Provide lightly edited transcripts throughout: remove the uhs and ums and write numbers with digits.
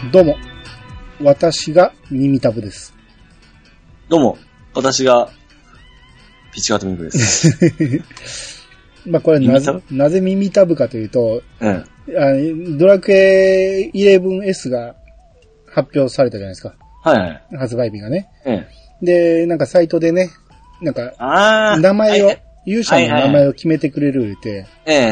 どうも、私が耳たぶです。 どうも、私がピチカートミルクです。 まあこれなぜ耳たぶかというと、ドラクエ 11S が発表されたじゃないですか。 はいはい。 発売日がね。で、なんかサイトでね、なんか、名前を、勇者の名前を決めてくれる言うて、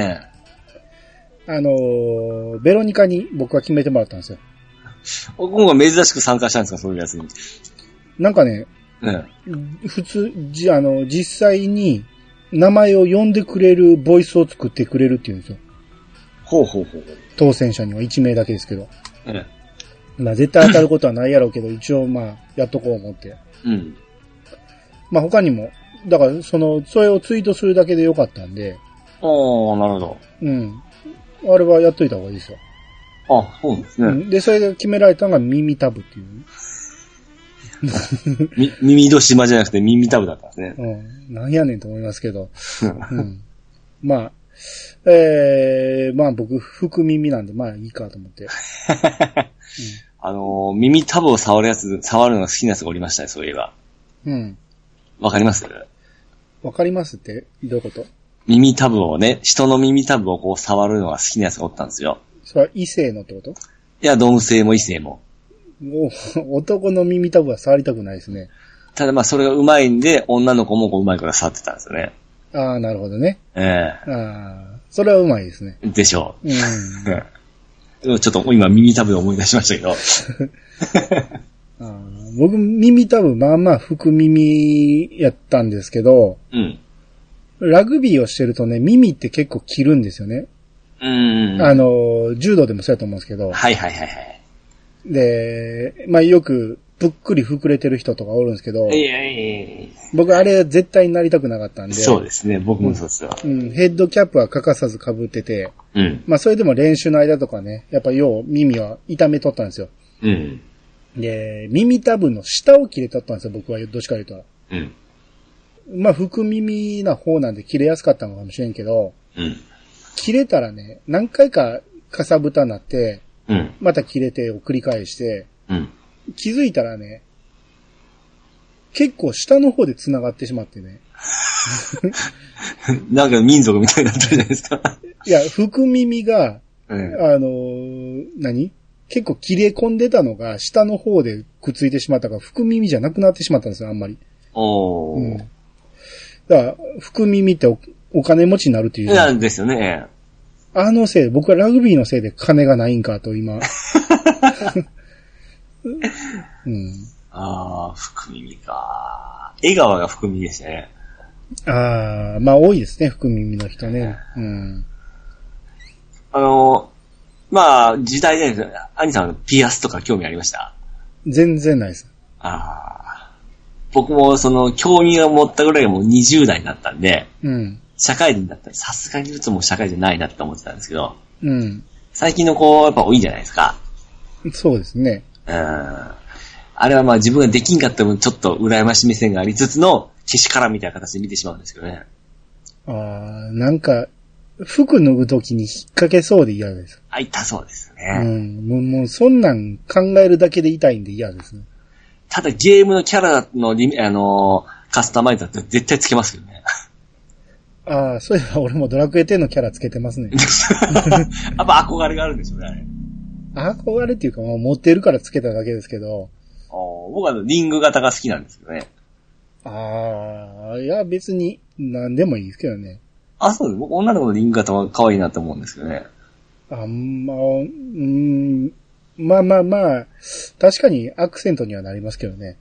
ベロニカに僕は決めてもらったんですよ。 僕も珍しく参加したんですか、そういうやつに。 なんかね、普通、実際に名前を呼んでくれるボイスを作ってくれるっていうんですよ。 ほうほうほう。 当選者には1名だけですけど。まあ絶対当たることはないやろうけど、一応まあ、やっとこう思って。まあ他にも、だからそれをツイートするだけでよかったんで。 なるほど。 あれはやっといた方がいいですよ。 そうですね。 で、それが決められたのが耳たぶっていう。 耳戸島じゃなくて耳たぶだったんですね。 なんやねんと思いますけど。まあ、まあ僕、福耳なんで、まあいいかと思って。 耳たぶを触るのが好きなやつがおりましたね、そういえば。わかります？ わかりますってどういうこと？ 耳たぶをね、人の耳たぶをこう触るのが好きなやつがおったんですよ。 それは異性のってこと？ いや、同性も異性も。 男の耳たぶは触りたくないですね。 ただまあそれが上手いんで、女の子もこう上手いから触ってたんですよね。 なるほどね。それは上手いですね。 でしょう。でもちょっと今耳たぶで思い出しましたけど。 僕耳たぶまあまあ福耳やったんですけど、ラグビーをしてるとね、耳って結構切るんですよね。柔道でもそうやと思うんですけど。で、まあよく、ぷっくり膨れてる人とかおるんですけど、僕あれ絶対になりたくなかったんで。 そうですね、僕もそうですよ。 ヘッドキャップは欠かさず被ってて、まあそれでも練習の間とかね、やっぱよう耳は痛めとったんですよ。で、耳たぶの下を切れとったんですよ、僕はどっちか言うと。まあ、福耳な方なんで切れやすかったのかもしれんけど、切れたらね、何回かかさぶたになって、また切れてを繰り返して、気づいたらね、結構下の方で繋がってしまってね。 なんか民族みたいになってるじゃないですか。 いや、福耳が、結構切れ込んでたのが下の方でくっついてしまったから、福耳じゃなくなってしまったんですよ、あんまり。だから、福耳ってお金持ちになるっていう。 なんですよね。 せいで、僕はラグビーのせいで金がないんかと今。 福耳か。江川が福耳ですね。 まあ多いですね、福耳の人ね。 まあ、時代で、兄さんピアスとか興味ありました？ 全然ないです。 僕も興味を持ったぐらいもう20代になったんで、社会人だったらさすがにいつも社会人ないなって思ってたんですけど、最近の子やっぱ多いんじゃないですか。 そうですね。 あれはまあ自分ができんかった分ちょっと羨ましい目線がありつつのけしからんみたいな形で見てしまうんですけどね。 なんか、服脱ぐときに引っ掛けそうで嫌です。 痛そうですね。 もうそんなん考えるだけで痛いんで嫌ですね。 ただゲームのキャラのカスタマイザーって絶対つけますよね。 そういえば俺もドラクエ10のキャラつけてますね。 やっぱ憧れがあるんでしょうね。 憧れっていうか、もう持ってるからつけただけですけど。 僕はリング型が好きなんですけどね。 いや別に何でもいいですけどね。 そうです。僕女の子のリング型は可愛いなと思うんですけどね。 まあ、確かにアクセントにはなりますけどね。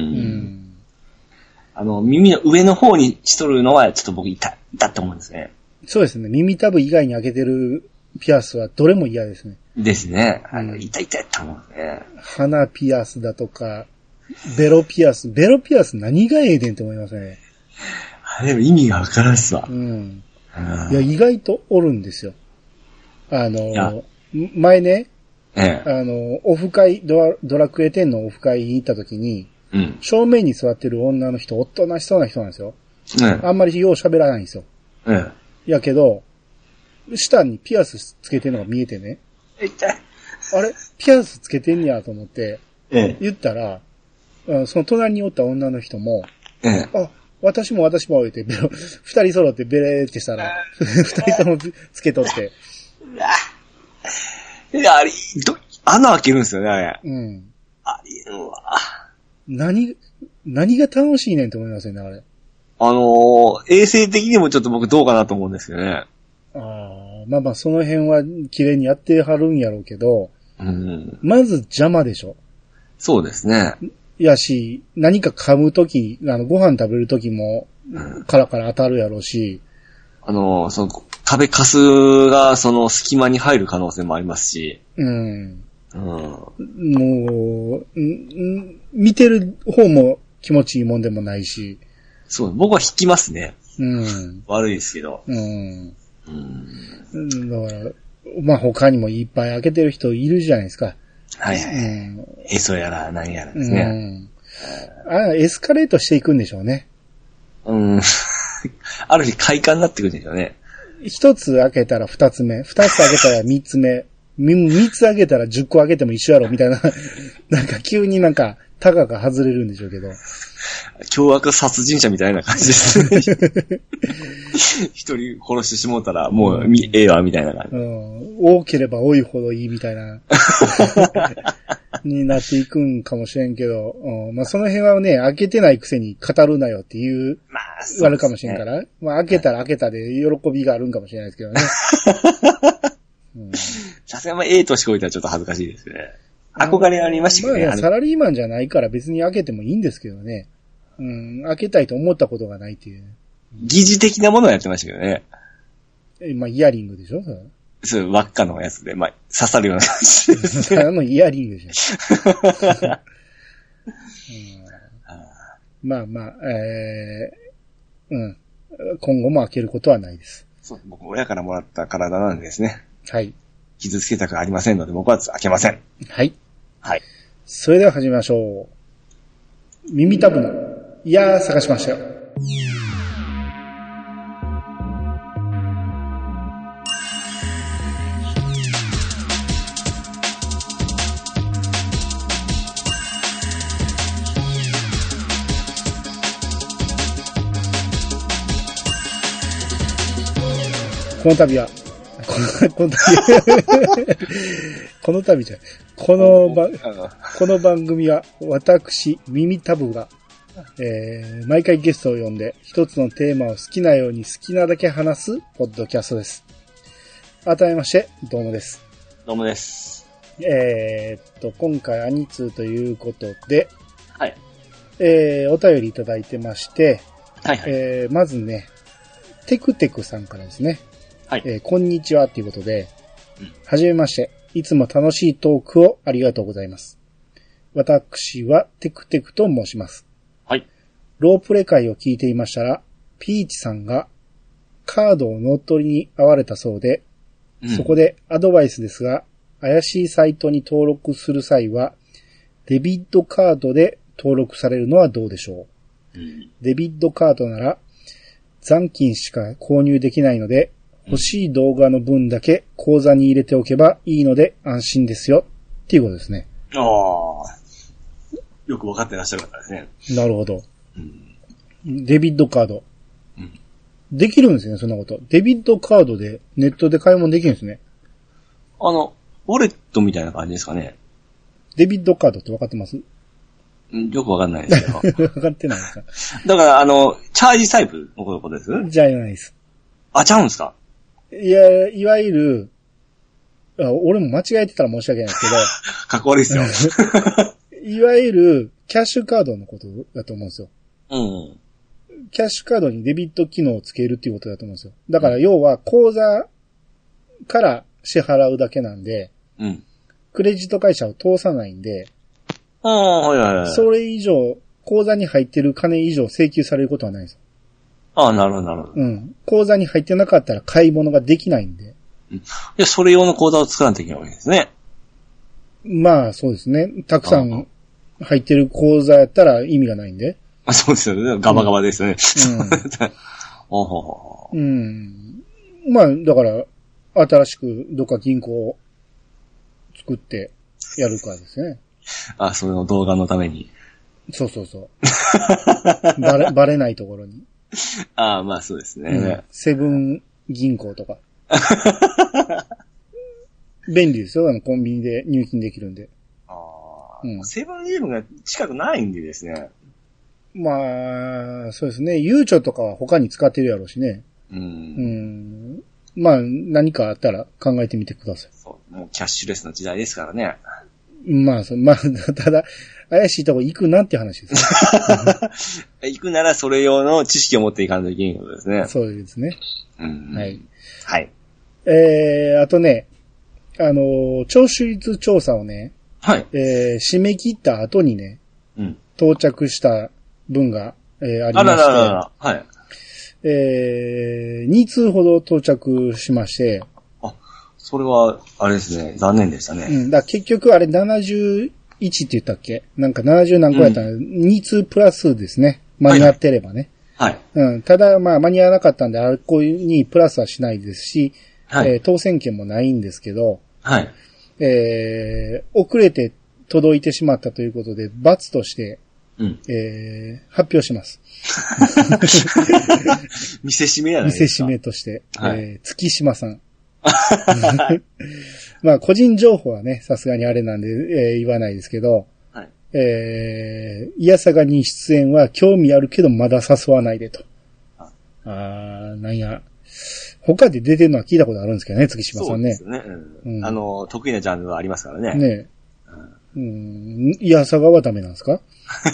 耳の上の方にしとるのはちょっと僕痛って思うんですね。 そうですね。耳たぶ以外に開けてるピアスはどれも嫌ですね。 ですね。痛いって思うんですね。 鼻ピアスだとか、ベロピアス何がええねんって思いますね。 でも意味がわからんっすわ。 いや、意外とおるんですよ。前ね、オフ会、ドラクエ10のオフ会に行った時に、正面に座ってる女の人、おとなしそうな人なんですよ。あんまりよう喋らないんですよ。やけど、下にピアスつけてるのが見えてね。 あれピアスつけてんねやと思って、言ったら、その隣におった女の人も、あ、私も言って、二人揃ってベレーってしたら、二人ともつけとって。 いや、あれ、穴開けるんですよね、あれ。 うん。何が楽しいねんって思いますよね、あれ。 衛生的にもちょっと僕どうかなと思うんですけどね。 まあその辺は綺麗にやってはるんやろうけど、まず邪魔でしょ。 そうですね。 やし、何か噛むとき、ご飯食べるときも、カラカラ当たるやろうし、 その、食べかすがその隙間に入る可能性もありますし。もう、見てる方も気持ちいいもんでもないし。 そう、僕は引きますね。悪いですけど。 だから、まあ他にもいっぱい開けてる人いるじゃないですか。 はいはい。エソやら何やらですね。 エスカレートしていくんでしょうね。 ある日快感になってくるんでしょうね。 一つ開けたら二つ目、二つ開けたら三つ目、三つ開けたら10個開けても一緒やろみたいな、なんか急になんか、タガが外れるんでしょうけど。 凶悪殺人者みたいな感じですね。一人殺してしもうたら、もう、ええわ、みたいな感じ。 多ければ多いほどいいみたいな、になっていくんかもしれんけど、まあその辺はね、開けてないくせに語るなよっていう、あるかもしれんから、まあ開けたら開けたで喜びがあるんかもしれないですけどね。 さすがにA としこいたらちょっと恥ずかしいですね。憧れありましたけどね。 まあ、サラリーマンじゃないから別に開けてもいいんですけどね。開けたいと思ったことがないっていう。 疑似的なものをやってましたけどね。 まあ、イヤリングでしょそう、輪っかのやつで、まあ、刺さるような感じです、ね。 イヤリングじゃん。まあまあ、今後も開けることはないです。 そう、僕、親からもらった体なんでですね。 はい。 傷つけたくありませんので、僕は開けません。 はい。 はい。 それでは始めましょう。耳たぶの、いやー探しましたよ。この度は、この度じゃこの番組は私、耳たぶが、毎回ゲストを呼んで一つのテーマを好きなように好きなだけ話すポッドキャストです。改めまして、どうもです。 どうもです。 今回アニツーということで、 はい。 お便りいただいてまして、 はいはい。 まずね、テクテクさんからですね、 はい。 こんにちはということで、はじめまして、いつも楽しいトークをありがとうございます。私はテクテクと申します。 はい。 ロープレ会を聞いていましたら、ピーチさんがカードを乗っ取りに遭われたそうで、そこでアドバイスですが、怪しいサイトに登録する際は、デビットカードで登録されるのはどうでしょう。デビットカードなら、残金しか購入できないので、欲しい動画の分だけ口座に入れておけばいいので安心ですよ。っていうことですね。 ああ。よくわかってらっしゃる方ですね。なるほど。デビットカード。できるんですね、そんなこと。デビットカードでネットで買い物できるんですね。 ウォレットみたいな感じですかね。 デビットカードってわかってます？ よくわかんないですけど。 わかってないですか？ だから、チャージタイプのことです？ じゃないです。 あ、ちゃうんですか？ いや、いわゆる、俺も間違えてたら申し訳ないですけど。 かっこ悪いですよ。 いわゆる、キャッシュカードのことだと思うんですよ。キャッシュカードにデビット機能をつけるっていうことだと思うんですよ。だから要は、口座から支払うだけなんで、クレジット会社を通さないんで、それ以上、口座に入ってる金以上請求されることはないんですよ。 ああ、なるほど、なるほど。 口座に入ってなかったら買い物ができないんで。 で、それ用の口座を作らなきゃいけないわけですね。 まあ、そうですね。たくさん入ってる口座やったら意味がないんで。 あ、そうですよね。ガバガバですね。 まあ、だから、新しくどっか銀行作ってやるかですね。 あ、その動画のために。 そうそうそう。バレないところに。 ああ、まあそうですね。 セブン銀行とか。便利ですよ、コンビニで入金できるんで。 ああ、セブンイレブンが近くないんでですね。 まあ、そうですね。ゆうちょとかは他に使ってるやろうしね。まあ、何かあったら考えてみてください。 そう。もうキャッシュレスの時代ですからね。 まあ、ただ、怪しいとこ行くなっていう話です。 行くならそれ用の知識を持っていかないといけないことですね。 そうですね。はい。 はい。 あとね、聴取率調査をね、 はい。 締め切った後にね、到着した分が、ありまして、 はい。 2通ほど到着しまして、 あ、それは、あれですね、残念でしたね。 だ結局あれ71って言ったっけ？なんか70何個やったの、2通プラスですね。間に合ってればね。 はい。 ただ、まあ間に合わなかったんで、あこにプラスはしないですし、はい。当選券もないんですけど、 はい。 遅れて届いてしまったということで、罰として、発表します。 見せしめやないですか。 見せしめとして、月島さん。まあ、個人情報はね、さすがにあれなんで、言わないですけど、はい。いやさがに出演は興味あるけどまだ誘わないでと。なんや。他で出てるのは聞いたことあるんですけどね、月島さんね。 そうですね。得意なジャンルはありますからね。 ねいやさがはダメなんですか？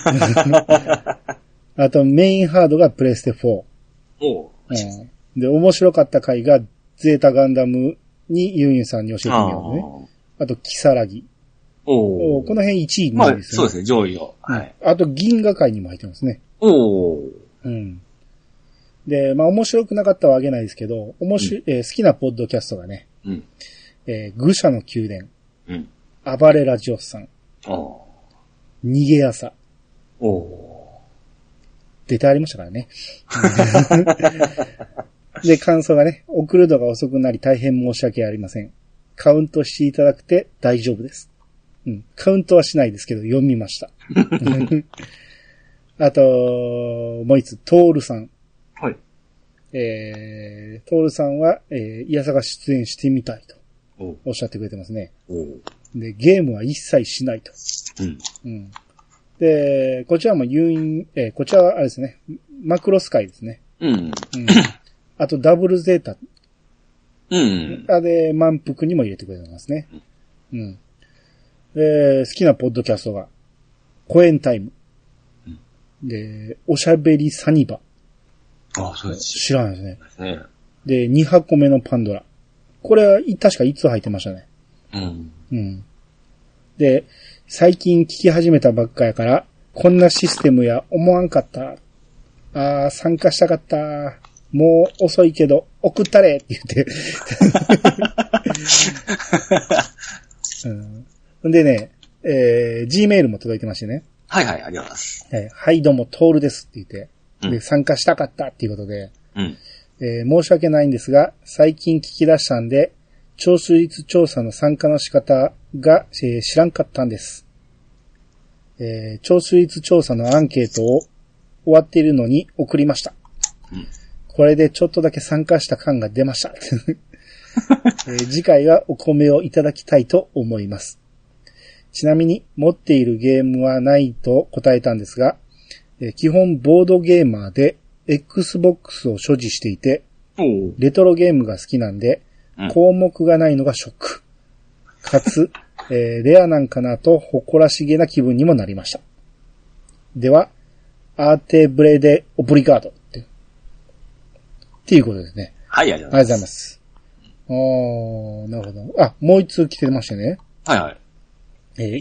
あと、メインハードがプレステ4。で、面白かった回が、ゼータガンダムにユンユンさんに教えてみようね。あと、キサラギ。この辺1位なんですよね。 そうですね、上位を。はい。 あと、銀河界にも入ってますね。で、まあ、面白くなかったはあげないですけど、好きなポッドキャストがね、愚者の宮殿。暴れラジオさん。逃げ朝。出てありましたからね。で、感想がね、送るのが遅くなり大変申し訳ありません。カウントしていただくて大丈夫です。カウントはしないですけど、読みました。あと、もう一つ、トールさん。 はい。 トールさんは、イヤサが出演してみたいと。おっしゃってくれてますね。で、ゲームは一切しないと。で、こちらもこちらはあれですね。マクロス界ですね。あと、ダブルゼータ。で、満腹にも入れてくれてますね。好きなポッドキャストが、コエンタイム。で、おしゃべりサニバ。 そうです。 知らないですね。で、2箱目のパンドラ。これは、確かいつ入ってましたね。で、最近聞き始めたばっかやから、こんなシステムや思わんかった。参加したかった。もう遅いけど、送ったれって言って。でね、Gmail も届いてましてね。 はいはい、ありがとうございます。 はい、どうも、トールですって言って、で、参加したかったっていうことで、申し訳ないんですが、最近聞き出したんで、聴取率調査の参加の仕方が、知らんかったんです。聴取率調査のアンケートを終わっているのに送りました。これでちょっとだけ参加した感が出ました。次回はお米をいただきたいと思います。ちなみに持っているゲームはないと答えたんですが、基本ボードゲーマーで Xbox を所持していて、レトロゲームが好きなんで、項目がないのがショック。かつ、レアなんかなと誇らしげな気分にもなりました。では、アーテブレデオブリガードっていうことですね。 はい、ありがとうございます。 なるほど。もう一通来てましてね。 はいはい。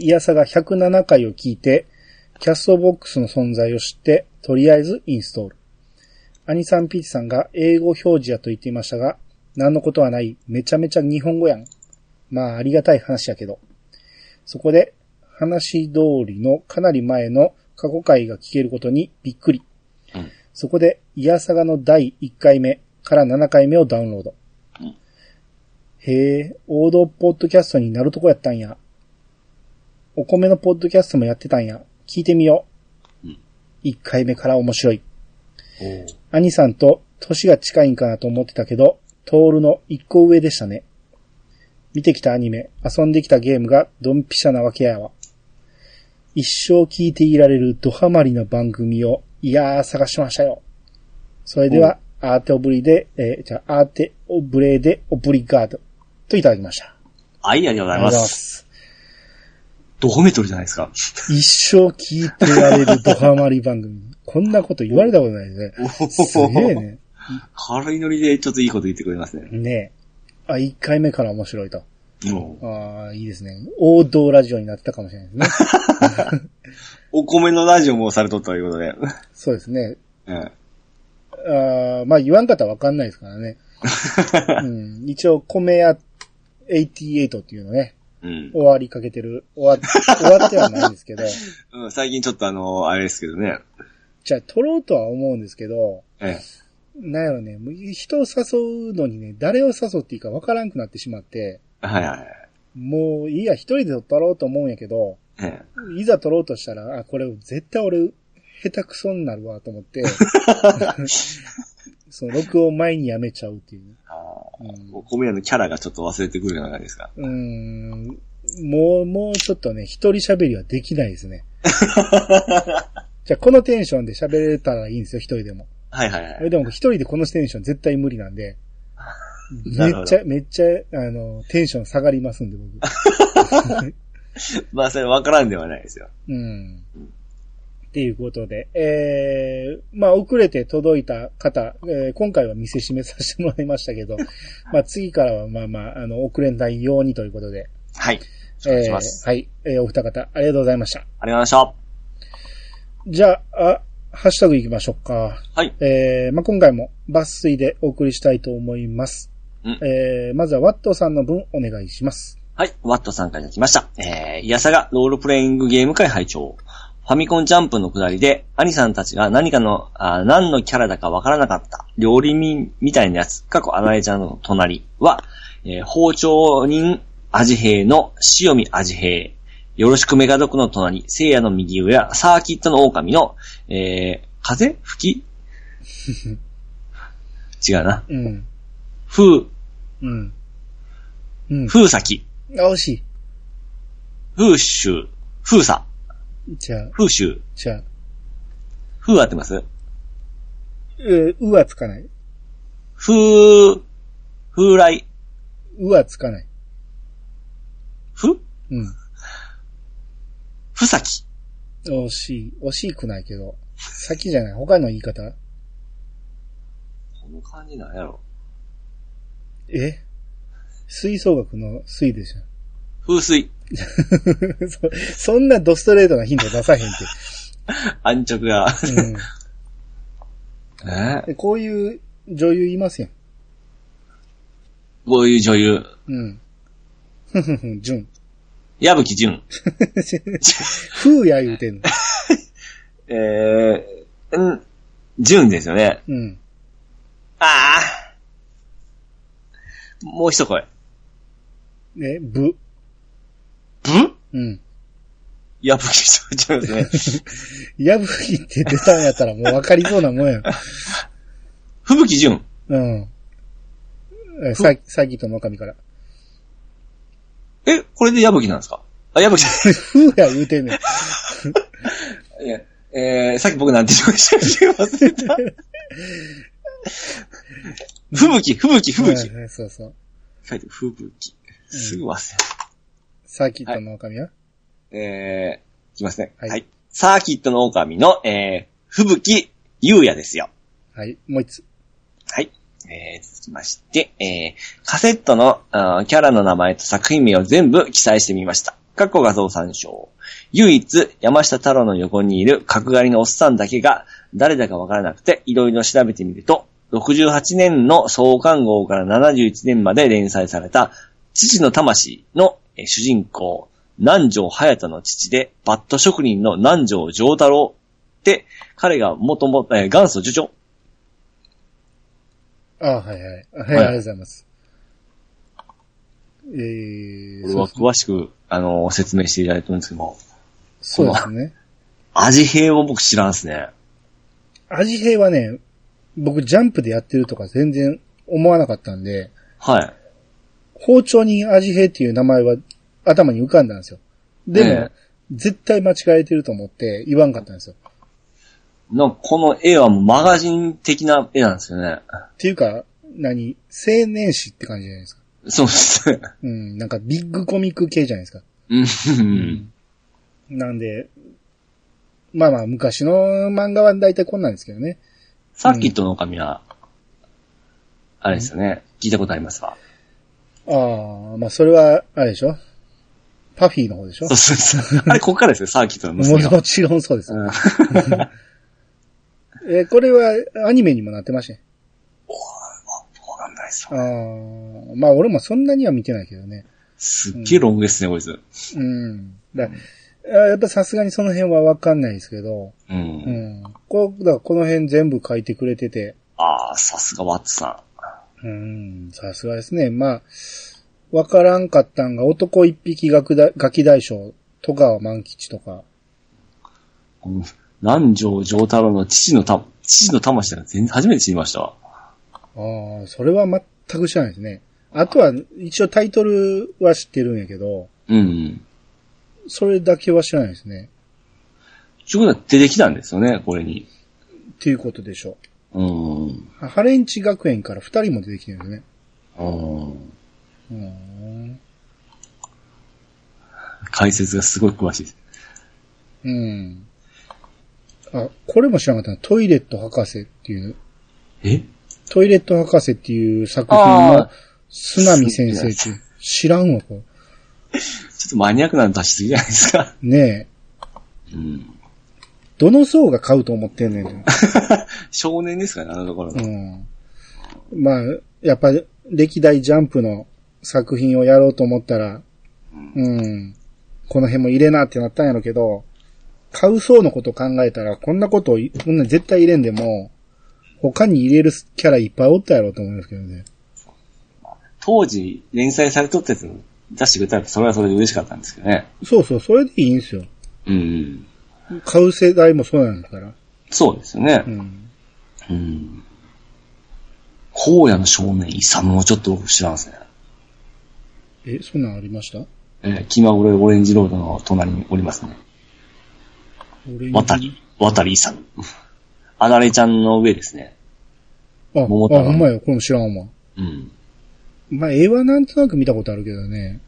イヤサが107回を聞いて、キャストボックスの存在を知って、とりあえずインストール。アニさんピーチさんが英語表示やと言っていましたが、何のことはない、めちゃめちゃ日本語やん。まあありがたい話やけど。そこで、話通りのかなり前の過去回が聞けることにびっくり。そこで、イヤサガの第1回目から7回目をダウンロード。 へえ、王道ポッドキャストになるとこやったんや。お米のポッドキャストもやってたんや。聞いてみよう。1回目から面白い。兄さんと年が近いんかなと思ってたけど、トールの1個上でしたね。見てきたアニメ、遊んできたゲームがドンピシャなわけやわ。一生聞いていられるドハマりの番組を、探しましたよ。それでは、アーテオブレでオブリガードといただきました。 はい、ありがとうございます。ド褒めとるじゃないですか。 一生聞いてられるドハマり番組。こんなこと言われたことないですね。すげえね。 軽いノリでちょっといいこと言ってくれますね。 ねえ。1回目から面白いと。いいですね。王道ラジオになってたかもしれないですね。 お米のラジオもされとったということで。 そうですね。まあ言わんかったらわかんないですからね。一応米屋88っていうのね。終わりかけてる。終わってはないんですけど。 最近ちょっとあれですけどね。 じゃあ撮ろうとは思うんですけど。なんやろね、人を誘うのにね、誰を誘っていいかわからんくなってしまって。 はいはい。 もういいや、一人で撮ろうと思うんやけど、いざ撮ろうとしたら、これ絶対俺、下手くそになるわと思って、その録音前にやめちゃうっていう。 お米屋のキャラがちょっと忘れてくるじゃないですか。 もうちょっとね、一人喋りはできないですね。じゃあこのテンションで喋れたらいいんですよ、一人でも。 はいはいはい。 でも一人でこのテンション絶対無理なんで、めっちゃ、テンション下がりますんで、僕。 まあ、それ分からんではないですよ。 っていうことで、まあ、遅れて届いた方、今回は見せしめさせてもらいましたけど、まあ、次からは遅れないようにということで。 はい。お願いします。 はい。お二方、ありがとうございました。 ありがとうございました。 じゃあ、ハッシュタグ行きましょうか。 はい。 まあ、今回も抜粋でお送りしたいと思います。まずはワットさんの分お願いします。 はい、ワットさんからいただきました。イヤサガロールプレイングゲーム会拝聴。ファミコンジャンプの下りで、兄さんたちが何のキャラだかわからなかった料理人みたいなやつ、アナエちゃんの隣は、包丁人味平の塩見味平、よろしくメガドクの隣、聖夜の右上やサーキットの狼の、風吹き違うな。風先。 惜しい。 風臭。風さ。 じゃあ。 風臭。 じゃあ。 風合ってます？ はつかない。 風来。 はつかない。 ふさき。 惜しくないけど。先じゃない。他の言い方？この感じなんやろ。 吹奏楽の水でしょ。 風水。 そんなドストレートなヒント出さへんって。 安直が。 こういう女優いますやん。 こういう女優。 純。 矢吹純。 風や言うてんの。純ですよね。もう一声。 ぶ。矢吹ちゃうんですね。 矢吹って出たんやったらもう分かりそうなもんや。 吹雪純。 サーキットの狼から。 これで矢吹なんですか？矢吹じゃない。 風や言うてんねん。 さっき僕なんて言いましたっけ？忘れた。吹雪。 そうそう。 書いて、吹雪。すぐ忘れた。 サーキットの狼は？ いきますね。はい。サーキットの狼の、吹雪優也ですよ。 はい、もう一つ。 はい。続きまして、カセットのキャラの名前と作品名を全部記載してみました。画像参照。唯一、山下太郎の横にいる角刈りのおっさんだけが誰だかわからなくて、いろいろ調べてみると、68年の創刊号から71年まで連載された、父の魂の主人公、南條隼人の父で、バット職人の南條丈太郎って、彼が元々、元祖序長。 はい、ありがとうございます。 これは詳しく、説明していただいてるんですけども。 そうですね。 味変を僕知らんすね。 味変はね、僕ジャンプでやってるとか全然思わなかったんで、 はい。 包丁に味変っていう名前は頭に浮かんだんですよ。でも、絶対間違えてると思って言わんかったんですよ。 この絵はもうマガジン的な絵なんですよね。 っていうか、青年誌って感じじゃないですか。 そうですね。 うん、なんかビッグコミック系じゃないですか。なんで、まあまあ昔の漫画は大体こんなんですけどね。 サーキットの狼は、あれですよね。聞いたことありますか？ ああ、まあそれは、あれでしょ？パフィーの方でしょ？ そう。あれ、こっからですよ、サーキットの娘は。 もちろんそうです。これはアニメにもなってましたね。 わかんないっすよ。ああ、まあ俺もそんなには見てないけどね。 すっげえロングですね、こいつ。 やっぱさすがにその辺はわかんないですけど。この辺全部書いてくれてて。 ああ、さすがワッツさん。さすがですね。まあ、わからんかったんが男一匹ガキ大将、戸川万吉とか。 南條丈太郎の父の魂が全然初めて知りましたわ。 ああ、それは全く知らないですね。あとは、一応タイトルは知ってるんやけど。それだけは知らないですね。 ちょうど出てきたんですよね、これに。 っていうことでしょう。ハレンチ学園から2人も出てきてるんですね。 解説がすごい詳しいです。 あ、これも知らなかったな。トイレット博士っていう。トイレット博士っていう作品の砂見先生っていう。知らんわ、これ。 ちょっとマニアックなの出しすぎじゃないですか。 ねえ。どの層が買うと思ってんねん。 少年ですからね、あのところの。 まあ、やっぱり歴代ジャンプの作品をやろうと思ったら、この辺も入れなってなったんやろうけど、買う層のことを考えたら、こんな絶対入れんでも、他に入れるキャラいっぱいおったやろうと思いますけどね。 当時、連載されとったやつ出してくれたら、それはそれで嬉しかったんですけどね。 そうそう、それでいいんですよ。買う世代もそうなんだから。 そうですよね。荒野の少年イサムもちょっと僕知らんですね。そんなんありました？ 気まぐれオレンジロードの隣におりますね。渡りイサム。あられちゃんの上ですね。 ほんまや、これも知らんわ。まあ、絵はなんとなく見たことあるけどね。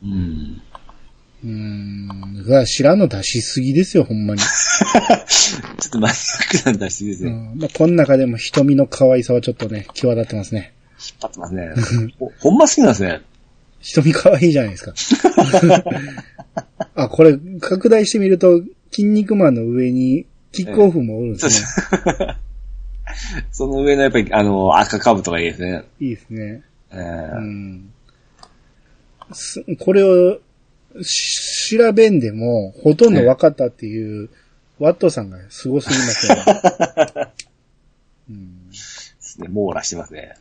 知らんの出しすぎですよ、ほんまに。ちょっとマニアックな出しすぎですよ。 まあ、この中でも瞳の可愛さはちょっとね、際立ってますね。 引っ張ってますね。ほんま好きなんですね。 瞳可愛いじゃないですか。あ、これ、拡大してみると、筋肉マンの上に、キックオフもおるんですね。 その上のやっぱり、赤カブとかいいですね。 いいですね。これを、調べんでも、ほとんど分かったっていう、ワットさんがすごすぎますよね。網羅してますね。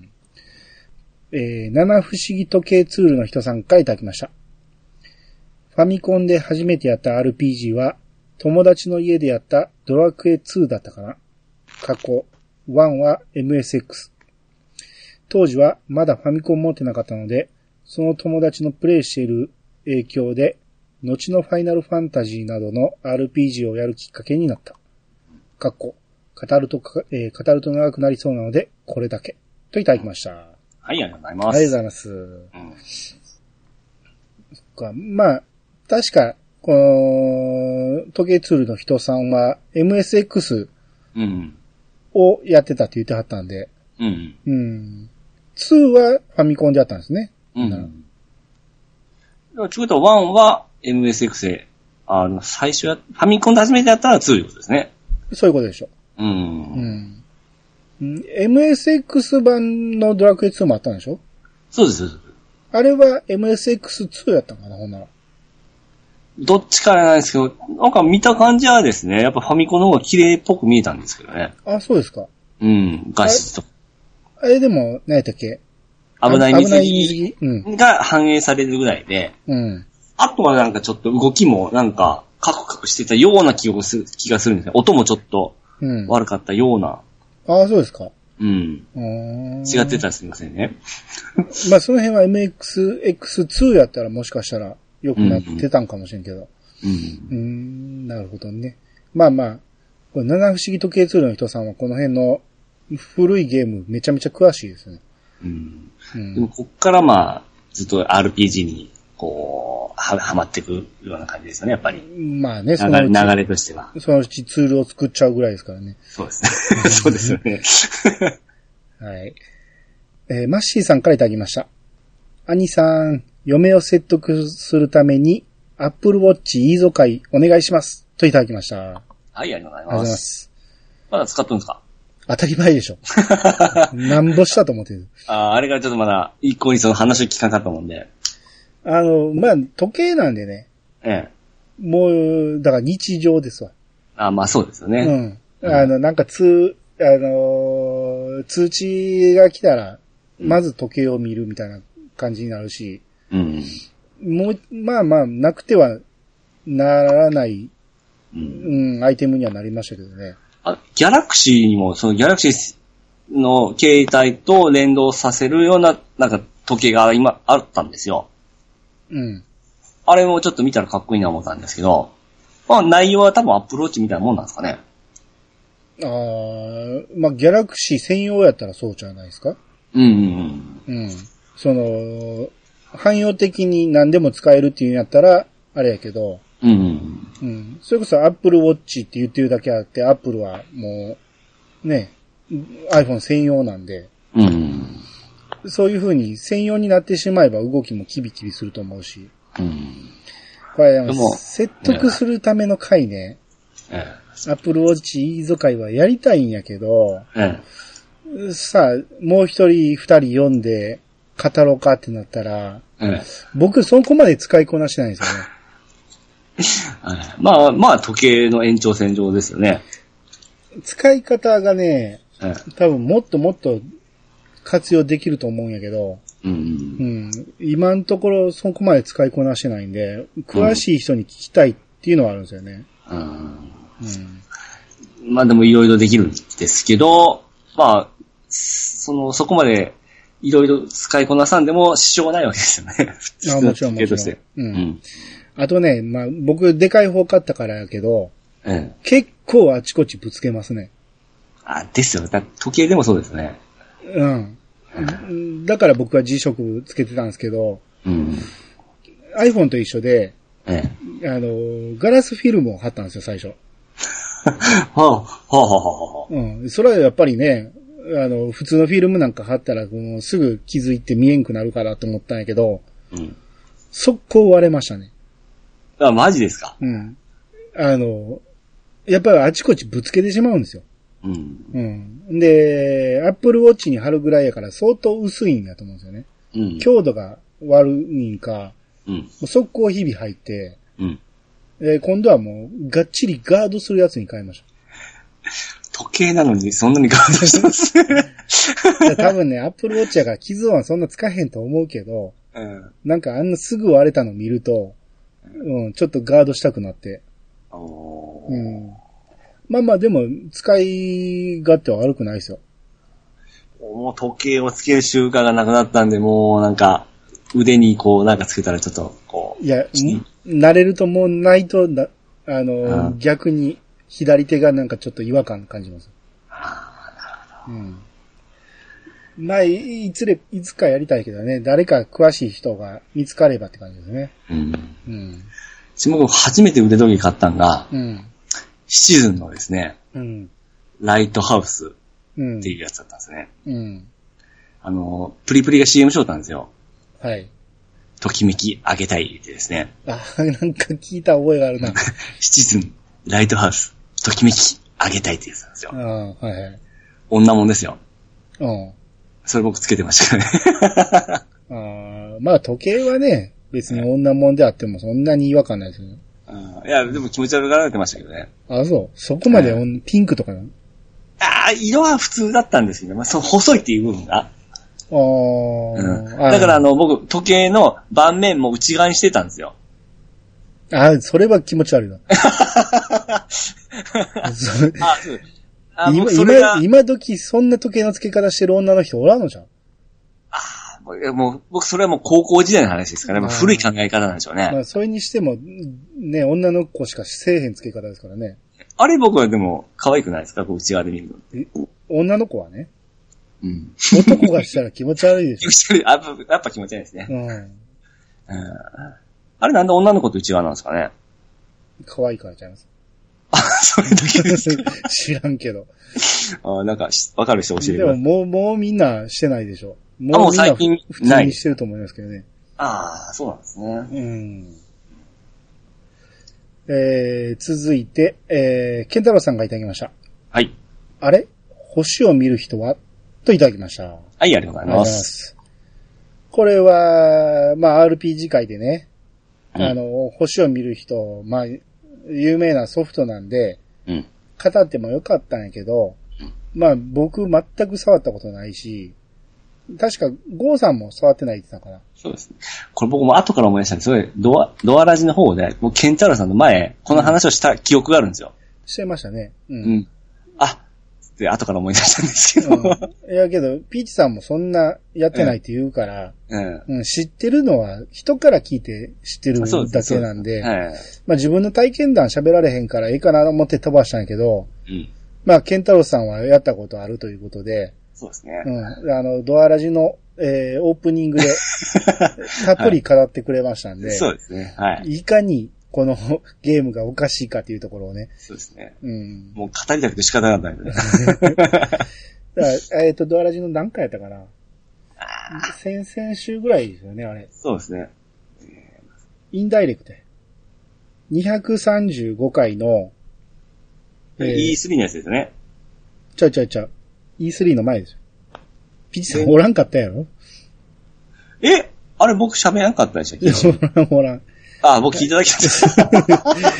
七不思議時計ツールの人さんからいただきました。ファミコンで初めてやった RPG は、友達の家でやったドラクエ2だったかな。過去、1は MSX。当時はまだファミコン持ってなかったので、その友達のプレイしている影響で、後のファイナルファンタジーなどの RPG をやるきっかけになった。過去、語ると長くなりそうなので、これだけ。といただきました。 はい、ありがとうございます。 ありがとうございます。まあ、確か、この、時計ツールの人さんは MSX をやってたって言ってはったんで、2はファミコンでやったんですね。 ということは1は MSX で、最初ファミコンで初めてやったら2ということですね。 そういうことでしょ。MSX 版のドラクエ2もあったんでしょ？ そうです。 あれは MSX2 やったのかな、ほんなら。 どっちからなんですけど、なんか見た感じはですね、やっぱファミコンの方が綺麗っぽく見えたんですけどね。 あ、そうですか。 画質と。 あれでも、何やったっけ？ 危ない水着が反映されるぐらいで、うん、あとはなんかちょっと動きもなんかカクカクしてたような気がするんですね。音もちょっと悪かったような。 ああ、そうですか。 うん。違ってたらすみませんね。 まあその辺は MXX2 やったらもしかしたら良くなってたんかもしれんけど。なるほどね。まあまあ、これ七不思議時計ツールの人さんはこの辺の古いゲームめちゃめちゃ詳しいですね。 でもこっからまあ、ずっと RPG にこう、はまっていくような感じですよね、やっぱり。 まあね、 その流れとしては。 そのうちツールを作っちゃうぐらいですからね。 そうですね。そうですよね。 はい。マッシーさんからいただきました。兄さん、嫁を説得するために、Apple Watch いいぞ会お願いします。といただきました。 はい、ありがとうございます。ありがとうございます。まだ使ってるんですか？ 当たり前でしょ。なんぼしたと思ってる。 あれからちょっとまだ、一向にその話を聞かなかったもんで。 まあ、時計なんでね。もう、だから日常ですわ。 まあそうですよね。 なんか通知が来たら、まず時計を見るみたいな感じになるし、もう、まあまあ、なくてはならない、アイテムにはなりましたけどね。 ギャラクシーにも、そのギャラクシーの携帯と連動させるような、なんか時計が今あったんですよ。あれもちょっと見たらかっこいいな思ったんですけど、まあ内容は多分アップローチみたいなもんなんですかね。 まあギャラクシー専用やったらそうじゃないですか。その、汎用的に何でも使えるっていうんやったら、あれやけど、それこそ Apple Watch って言ってるだけあって、Apple はもう、ね、iPhone 専用なんで、そういう風に専用になってしまえば動きもキビキビすると思うし、これ説得するための回ね、Apple Watch いいぞ会はやりたいんやけど、さあ、もう一人二人読んで語ろうかってなったら、僕そこまで使いこなしてないんですよね。 まあ、時計の延長線上ですよね。 使い方がね、多分もっともっと活用できると思うんやけど、今のところそこまで使いこなしてないんで、詳しい人に聞きたいっていうのはあるんですよね。 まあでもいろいろできるんですけど、まあ、そこまでいろいろ使いこなさんでも支障はないわけですよね。 もちろんもちろん。あとね、まあ僕でかい方買ったからやけど、結構あちこちぶつけますね。 ですよ。時計でもそうですね。 だから僕は G-SHOCK つけてたんですけど、iPhone と一緒で、ガラスフィルムを貼ったんですよ、最初。それはやっぱりね、普通のフィルムなんか貼ったら、すぐ気づいて見えんくなるからと思ったんやけど、速攻割れましたね。 マジですか？ やっぱりあちこちぶつけてしまうんですよ。で、Apple Watch に貼るぐらいやから相当薄いんだと思うんですよね。強度が悪いんか、速攻日々入って、今度はもうがっちりガードするやつに変えました。 時計なのにそんなにガードしてます多分ね、Apple Watch やから傷はそんなつかへんと思うけど、なんかあんなすぐ割れたの見ると、ちょっとガードしたくなって。まあまあでも、使い勝手は悪くないですよ。 もう時計をつける習慣がなくなったんで、もうなんか、腕にこうなんかつけたらちょっとこう。 いや、慣れるともうないと、逆に左手がなんかちょっと違和感感じます。まあ、いつかやりたいけどね、誰か詳しい人が見つかればって感じですね。 僕初めて腕時計買ったんが、シチズンのですね、ライトハウスっていうやつだったんですね。プリプリが CM しよったんですよ。 はい。 ときめきあげたいってですね。 なんか聞いた覚えがあるな。 シチズン、ライトハウス、ときめきあげたいってやつなんですよ。 はいはい。 女もんですよ。それ僕つけてましたね。まあ時計はね、別に女もんであってもそんなに違和感ないですよね。 いや、でも気持ち悪がられてましたけどね。 そう。そこまでピンクとかなの？ 色は普通だったんですけど、まあ、細いっていう部分が。 だから僕、時計の盤面も内側にしてたんですよ。 それは気持ち悪いな。今時そんな時計の付け方してる女の人おらんのじゃん。 もう、僕、それはもう高校時代の話ですからね。古い考え方なんでしょうね。 まあ、それにしても、ね、女の子しかせえへん付け方ですからね。 あれ僕はでも、可愛くないですか？こう内側で見るの。 女の子はね。うん。男がしたら気持ち悪いでしょ。 気持ち悪い。やっぱ気持ち悪いですね。あれなんで女の子と内側なんですかね？ 可愛いからちゃいます。 それだけですか？ 知らんけど。 なんか、わかる人教えてください。 でも、もうみんなしてないでしょ。もう最近普通にしてると思いますけどね。 そうなんですね。続いて、ケンタロウさんがいただきました。 はい。 あれ？星を見る人はといただきました。 はい、ありがとうございます。 これは、まあ、RPG 界でね、星を見る人、まあ、有名なソフトなんで、語ってもよかったんやけど、まあ、僕全く触ったことないし、確か、ゴーさんも触ってないって言ってたから。 そうですね。これ僕も後から思い出したんですけど、ドアラジの方で、もうケンタロウさんの前、この話をした記憶があるんですよ。 してましたね。 で、後から思い出したんですけど。 いやけど、ピーチさんもそんなやってないって言うから、知ってるのは人から聞いて知ってるだけなんで、まあ自分の体験談喋られへんからいいかなと思って飛ばしたんやけど、まあケンタロウさんはやったことあるということで、 そうですね。 ドアラジの、オープニングでたっぷり語ってくれましたんで、 そうですね。はい。 いかにこのゲームがおかしいかっていうところをね。 そうですね。もう語りたくて仕方がないので。 だから、ドアラジの何回やったかな。先々週ぐらいですよね、あれ。 そうですね。 インダイレクト。235回の、 E3 のやつですね。 ちゃう。E3 の前ですよ。ピチさんおらんかったやろ？ あれ僕喋らんかったでしたっけ？ おらん。 僕聞いただけです。 怖っ。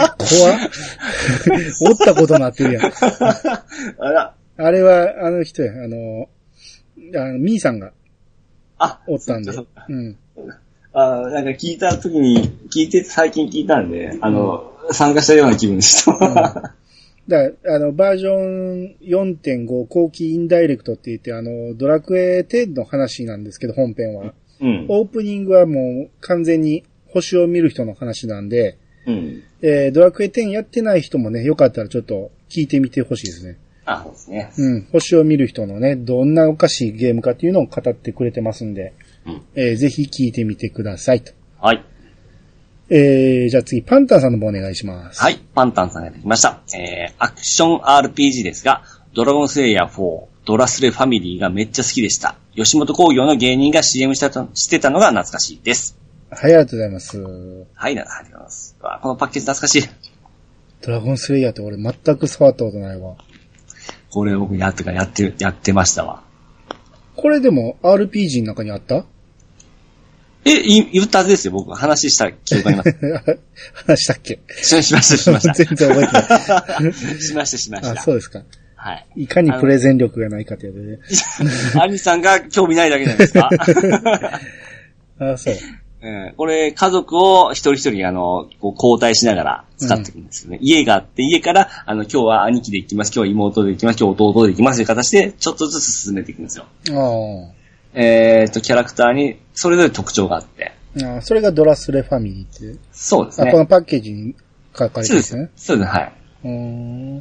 おったことになってるやん。あれは、あの人や、ミーさんが、おったんで。なんか聞いた時に、最近聞いたんで、参加したような気分でした。 だからバージョン 4.5 後期インダイレクトって言って、ドラクエ10の話なんですけど、本編は。オープニングはもう完全に星を見る人の話なんで、ドラクエ10やってない人もね、よかったらちょっと聞いてみてほしいですね。 そうですね。 星を見る人のね、どんなおかしいゲームかっていうのを語ってくれてますんで、ぜひ聞いてみてくださいと。 はい。 じゃあ次、パンタンさんの方お願いします。 はい、パンタンさんがやってきました。アクション RPG ですが、ドラゴンスレイヤー4、ドラスレファミリーがめっちゃ好きでした。吉本興業の芸人が CM してたのが懐かしいです。 はい、ありがとうございます。 はい、ありがとうございます。このパッケージ懐かしい。 ドラゴンスレイヤーって俺全く触ったことないわ。 これ僕やってましたわ。 これでも RPG の中にあった？ 言ったはずですよ、僕。話した記憶あります。 話したっけ？ しました。 全然覚えてない。 しました。 そうですか。 はい。 いかにプレゼン力がないかということで。 兄さんが興味ないだけなんですか？ そう。 これ、家族を一人一人、こう交代しながら使っていくんですよね。家があって、家から、今日は兄貴で行きます、今日は妹で行きます、今日は弟で行きますという形で、ちょっとずつ進めていくんですよ。キャラクターに、それぞれ特徴があって。 それがドラスレファミリーって。 そうですね。 このパッケージに書かれてるんですね。 そうです、はい。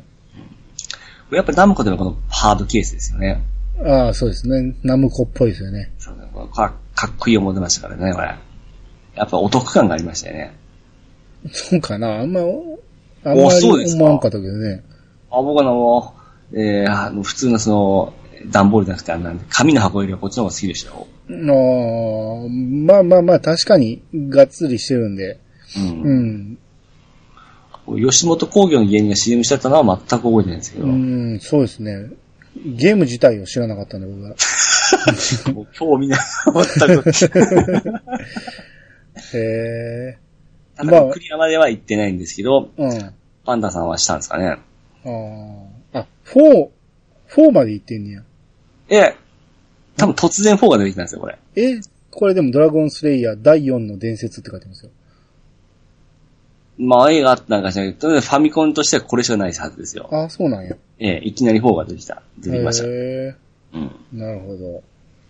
やっぱりナムコでのこのハードケースですよね。 そうですね。ナムコっぽいですよね。 そうね。かっこいい思ってましたからね、これ。やっぱお得感がありましたよね。 そうかな。あんまり思わんかったけどね。僕は普通のその、段ボールじゃなくて、紙の箱よりはこっちの方が好きでしたよ。 まあ、確かに、がっつりしてるんで。 吉本興業の芸人が CM してたのは全く覚えてないんですけど。 そうですね。ゲーム自体を知らなかったんで、僕は。 もう興味ない。全く。ただクリアまでは行ってないんですけど、パンダさんはしたんですかね。 4まで行ってんねや。 多分突然4が出てきたんですよ、これ。 これでもドラゴンスレイヤー第4の伝説って書いてますよ。 まあ、映画あったんかしらけど、とりあえずファミコンとしてはこれしかないはずですよ。 あ、そうなんや。 いきなり4が出てきました。 なるほど。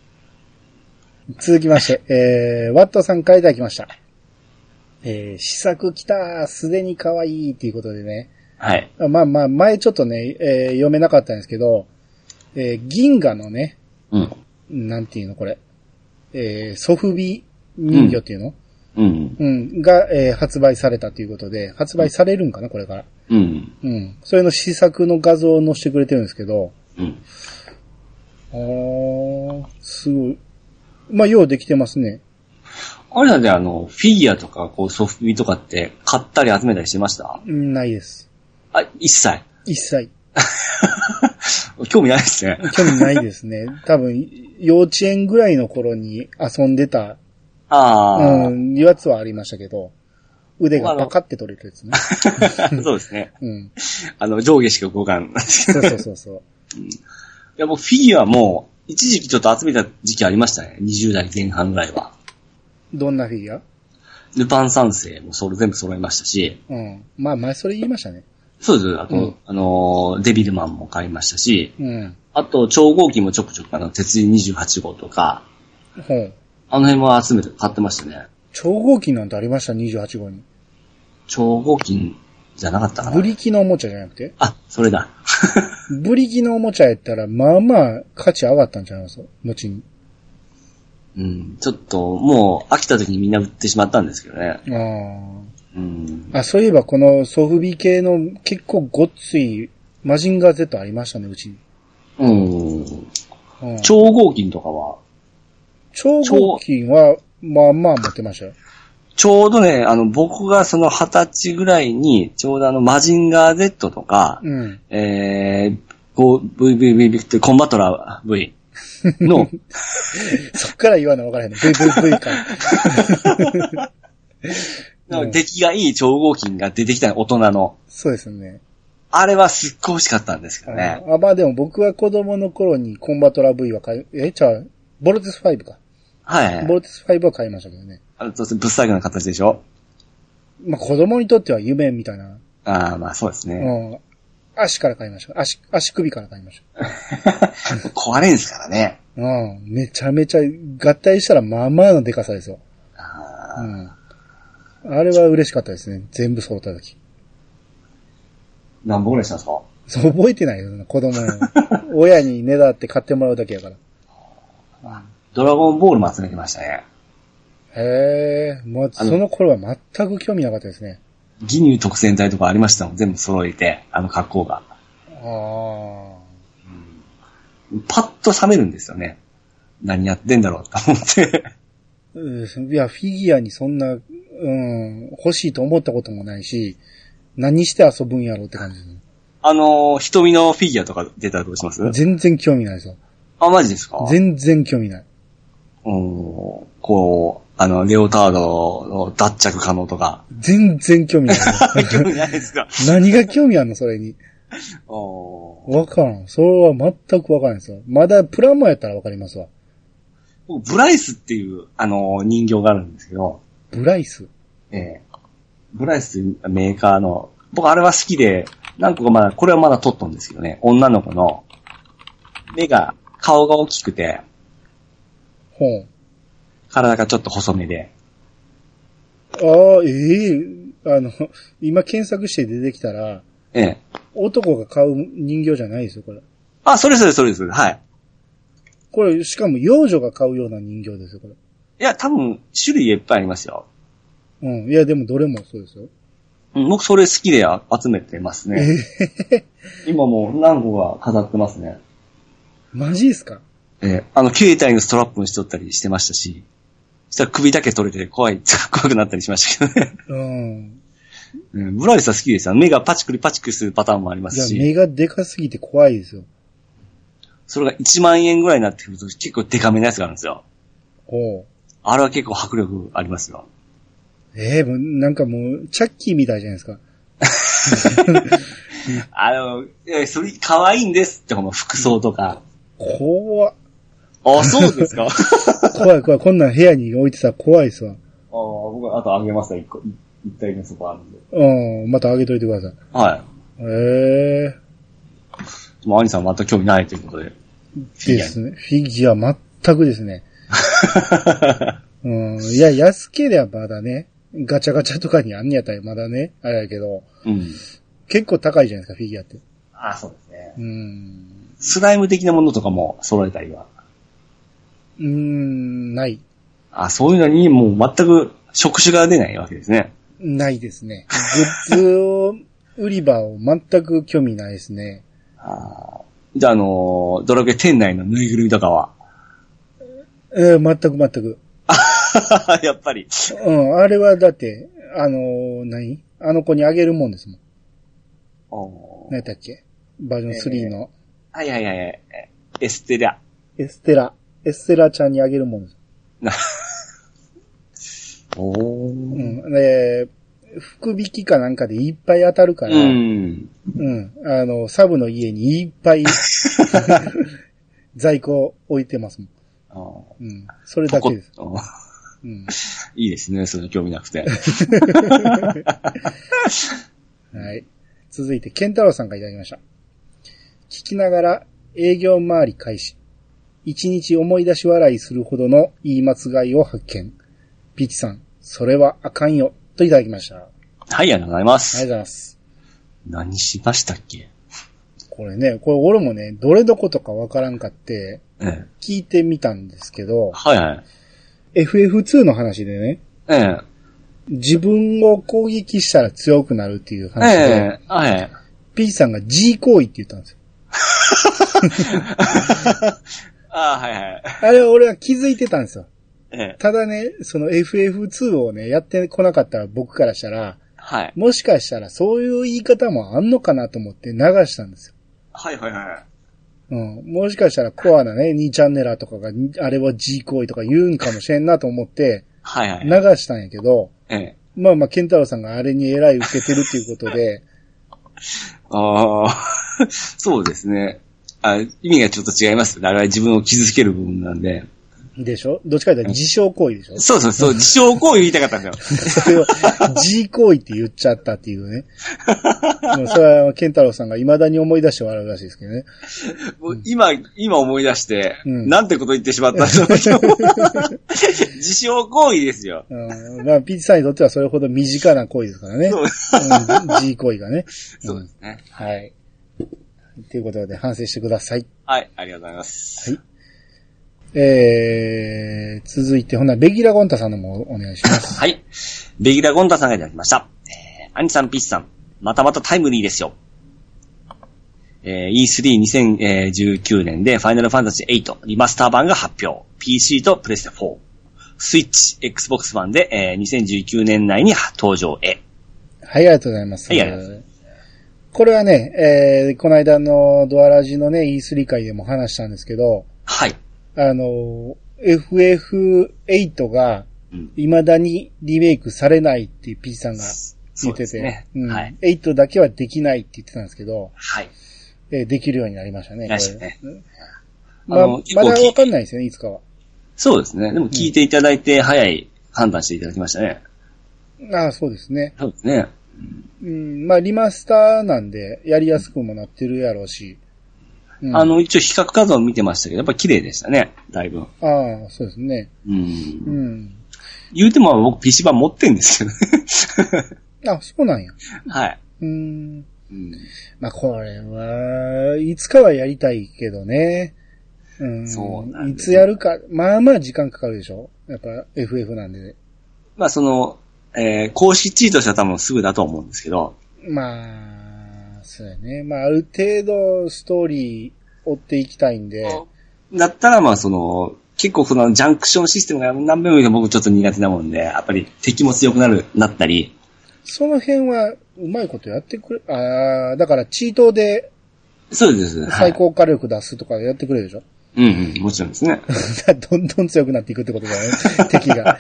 続きまして、ワットさんからいただきました。試作来たすでに可愛いっていうことでね。 はい。 まあまあ、前ちょっとね、読めなかったんですけど、銀河のね、なんていうのこれ、ソフビ人魚っていうの、が、発売されたということで、発売されるんかなこれから。それの試作の画像を載せてくれてるんですけど、すごい。まあ、ようできてますね。 あれなんでフィギュアとか、こう、ソフビとかって買ったり集めたりしてました？ ないです。 あ、一切。興味ないですね。 興味ないですね。多分、幼稚園ぐらいの頃に遊んでた、やつはありましたけど、腕がパカって取れるやつね。 そうですね。上下しか動かん。 そう。 いや、もうフィギュアも、一時期ちょっと集めた時期ありましたね。20代前半ぐらいは。 どんなフィギュア？ ルパン三世も全部揃いましたし。 まあ前それ言いましたね。 そうです。あと、デビルマンも買いましたし。あと、超合金もちょくちょく鉄人28号とか。あの辺も集めて買ってましたね。 超合金なんてありました ?28 号に。 超合金じゃなかったかな。 ブリキのおもちゃじゃなくて？ あ、それだ。 ブリキのおもちゃやったら、まあまあ価値上がったんちゃいます？後に。 ちょっと、もう飽きた時にみんな売ってしまったんですけどね。 そういえばこのソフビ系の結構ごっついマジンガー Z ありましたね、うちに。 超合金とかは？ 超合金は、まあまあ持ってましたよ。 ちょうどね、僕がその20歳ぐらいに、ちょうどマジンガー Z とか、VVV ってコンバトラー V の、 そっから言わな分からへんの。VVV か。 出来がいい超合金が出てきた大人の。 そうですね。 あれはすっごい欲しかったんですけどね。 まあでも僕は子供の頃にコンバトラー V はボルテス5か。 はい。 ボルテス5は買いましたけどね。 ぶっさげな形でしょ？ まあ子供にとっては夢みたいな。 まあそうですね。 足から買いました。足首から買いました。 壊れんすからね。 めちゃめちゃ合体したらまあまあのデカさですよ。あれは嬉しかったですね。全部揃った時。 何本ぐらいしたんですか？ そう覚えてないよ、子供の。親にねだって買ってもらうだけやから。 ドラゴンボールも集めてましたね。 もうその頃は全く興味なかったですね。 義乳特戦隊とかありましたもん。全部揃えて、格好が。パッと冷めるんですよね。何やってんだろうと思って。 いや、フィギュアにそんな、欲しいと思ったこともないし、何して遊ぶんやろうって感じですね。 瞳のフィギュアとか出たらどうします？ 全然興味ないですよ。 あ、マジですか？ 全然興味ない。 レオタードの脱着可能とか。 全然興味ない。 興味ないですか？ 何が興味あんのそれに。わからん。それは全くわからんですよ。まだプラモやったらわかりますわ。 ブライスっていう、人形があるんですけど。 ブライス？ ブライスというメーカーの、僕あれは好きで、何個かこれはまだ撮ったんですけどね、女の子の、顔が大きくて、体がちょっと細めで。 今検索して出てきたら、男が買う人形じゃないですよ、これ。 それです。はい。 これ、しかも幼女が買うような人形ですよ、これ。 いや、多分、種類いっぱいありますよ。 いや、でもどれもそうですよ。 僕それ好きで集めてますね。今もう何個か飾ってますね。 マジですか？ 携帯のストラップにしとったりしてましたし、そしたら首だけ取れて怖くなったりしましたけどね。ブライスは好きですよ。目がパチクリパチクリするパターンもありますし。 いや、目がでかすぎて怖いですよ。 それが1万円ぐらいになってくると結構デカめのやつがあるんですよ。あれは結構迫力ありますよ。 なんかもう、チャッキーみたいじゃないですか。 それ可愛いんですって、服装とか。 怖っ。 あ、そうですか怖い。こんなん部屋に置いてたら怖いっすわ。 僕はあとあげますわ、一体のそこあるんで。 またあげといてください。 はい。もう兄さんまた興味ないということで。 ですね。フィギュア全くですね。いや、安ければまだね、ガチャガチャとかにあんねやったらまだね、あれやけど、結構高いじゃないですか、フィギュアって。 あ、そうですね。スライム的なものとかも揃えたりは。 ない。 あ、そういうのにもう全く触手が出ないわけですね。 ないですね。グッズを、売り場を全く興味ないですね。 じゃあドラクエ店内のぬいぐるみとかは全く。 やっぱり。 あれはだって、あの子にあげるもんですもん。何だっけバージョン3の。 はい。エステラちゃんにあげるもんです。で、福引きかなんかでいっぱい当たるから、サブの家にいっぱい在庫置いてますもん。それだけです。 いいですね、それ興味なくて。 はい。続いて、ケンタロウさんがいただきました。聞きながら営業回り開始。一日思い出し笑いするほどの言い間違いを発見。ピーチさん、それはあかんよ。といただきました。はい、 ありがとうございます。 ありがとうございます。 何しましたっけ？ これ俺もね、どれどことかわからんかって、聞いてみたんですけど、FF2 の話でね、自分を攻撃したら強くなるっていう話で、ピーチさんが G 行為って言ったんですよ。あれ俺は気づいてたんですよ。ただね、その FF2 をね、やってこなかったら僕からしたら、もしかしたらそういう言い方もあんのかなと思って流したんですよ。もしかしたらコアなね、2チャンネラーとかが、あれは G 行為とか言うんかもしれんなと思って、流したんやけど、ケンタロウさんがあれにえらい受けてるっていうことで、 そうですね。意味がちょっと違います。あれは自分を傷つける部分なんで。 でしょ？どっちかというと自傷行為でしょ？ そう、自傷行為言いたかったんだよ。 それを G 行為って言っちゃったっていうね。もうそれはケンタロウさんが未だに思い出して笑うらしいですけどね。 もう今思い出して、なんてこと言ってしまったんだろう。自傷行為ですよ。 ピーチさんにとってはそれほど身近な行為ですからね。G 行為がね。 そうですね。 はい。ということで反省してください。 はい、ありがとうございます。 はい。続いて、ベギラゴンタさんのもお願いします。 はい。ベギラゴンタさんがいただきました。アニさん、ピッチさん、またまたタイムリーですよ。E3-2019 年でファイナルファンタジー8リマスター版が発表。PC とプレステ4。スイッチ、Xbox 版で、2019年内に登場へ。 はい、ありがとうございます。 はい、ありがとうございます。 これはね、この間のドアラジのね、E3 回でも話したんですけど、 はい。 FF8 が、未だにリメイクされないってPさんが言ってて、 ね、 8だけはできないって言ってたんですけど、 はい。 できるようになりましたね。 らしいね。 まだわかんないですよね、いつかは。 そうですね。でも聞いていただいて、早い判断していただきましたね。 そうですね。 そうですね。 リマスターなんで、やりやすくもなってるやろうし。 一応比較画像を見てましたけど、やっぱ綺麗でしたね、だいぶ。 そうですね。 言うても僕 PC 版持ってんですよね。 そうなんや。 はい。 これは、いつかはやりたいけどね。 そうなんです。 いつやるか、まあまあ時間かかるでしょ？やっぱ FF なんで。 公式地位としては多分すぐだと思うんですけど。 そうやね。ある程度ストーリー追っていきたいんで。 だったら結構ジャンクションシステムが何遍も言うと僕ちょっと苦手なもんで、やっぱり敵も強くなったり。 その辺はうまいことやってくれ、だからチートで。 そうです。 最高火力出すとかやってくれるでしょ？ もちろんですね。 どんどん強くなっていくってことだよね、敵が。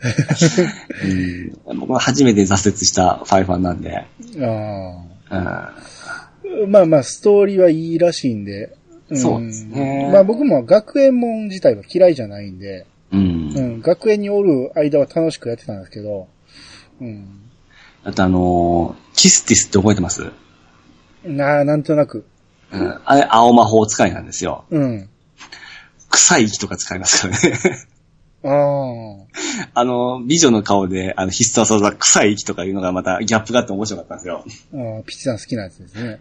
僕は初めて挫折したファイファンなんで。 ストーリーはいいらしいんで、 そうですね。 まあ僕も学園もん自体は嫌いじゃないんで、学園におる間は楽しくやってたんですけど、 あとキスティスって覚えてます？ なんとなく。 あれ、青魔法使いなんですよ。臭い息とか使いますからね。美女の顔で、必殺技、臭い息とかいうのがまたギャップがあって面白かったんですよ。 ピッチさん好きなやつですね。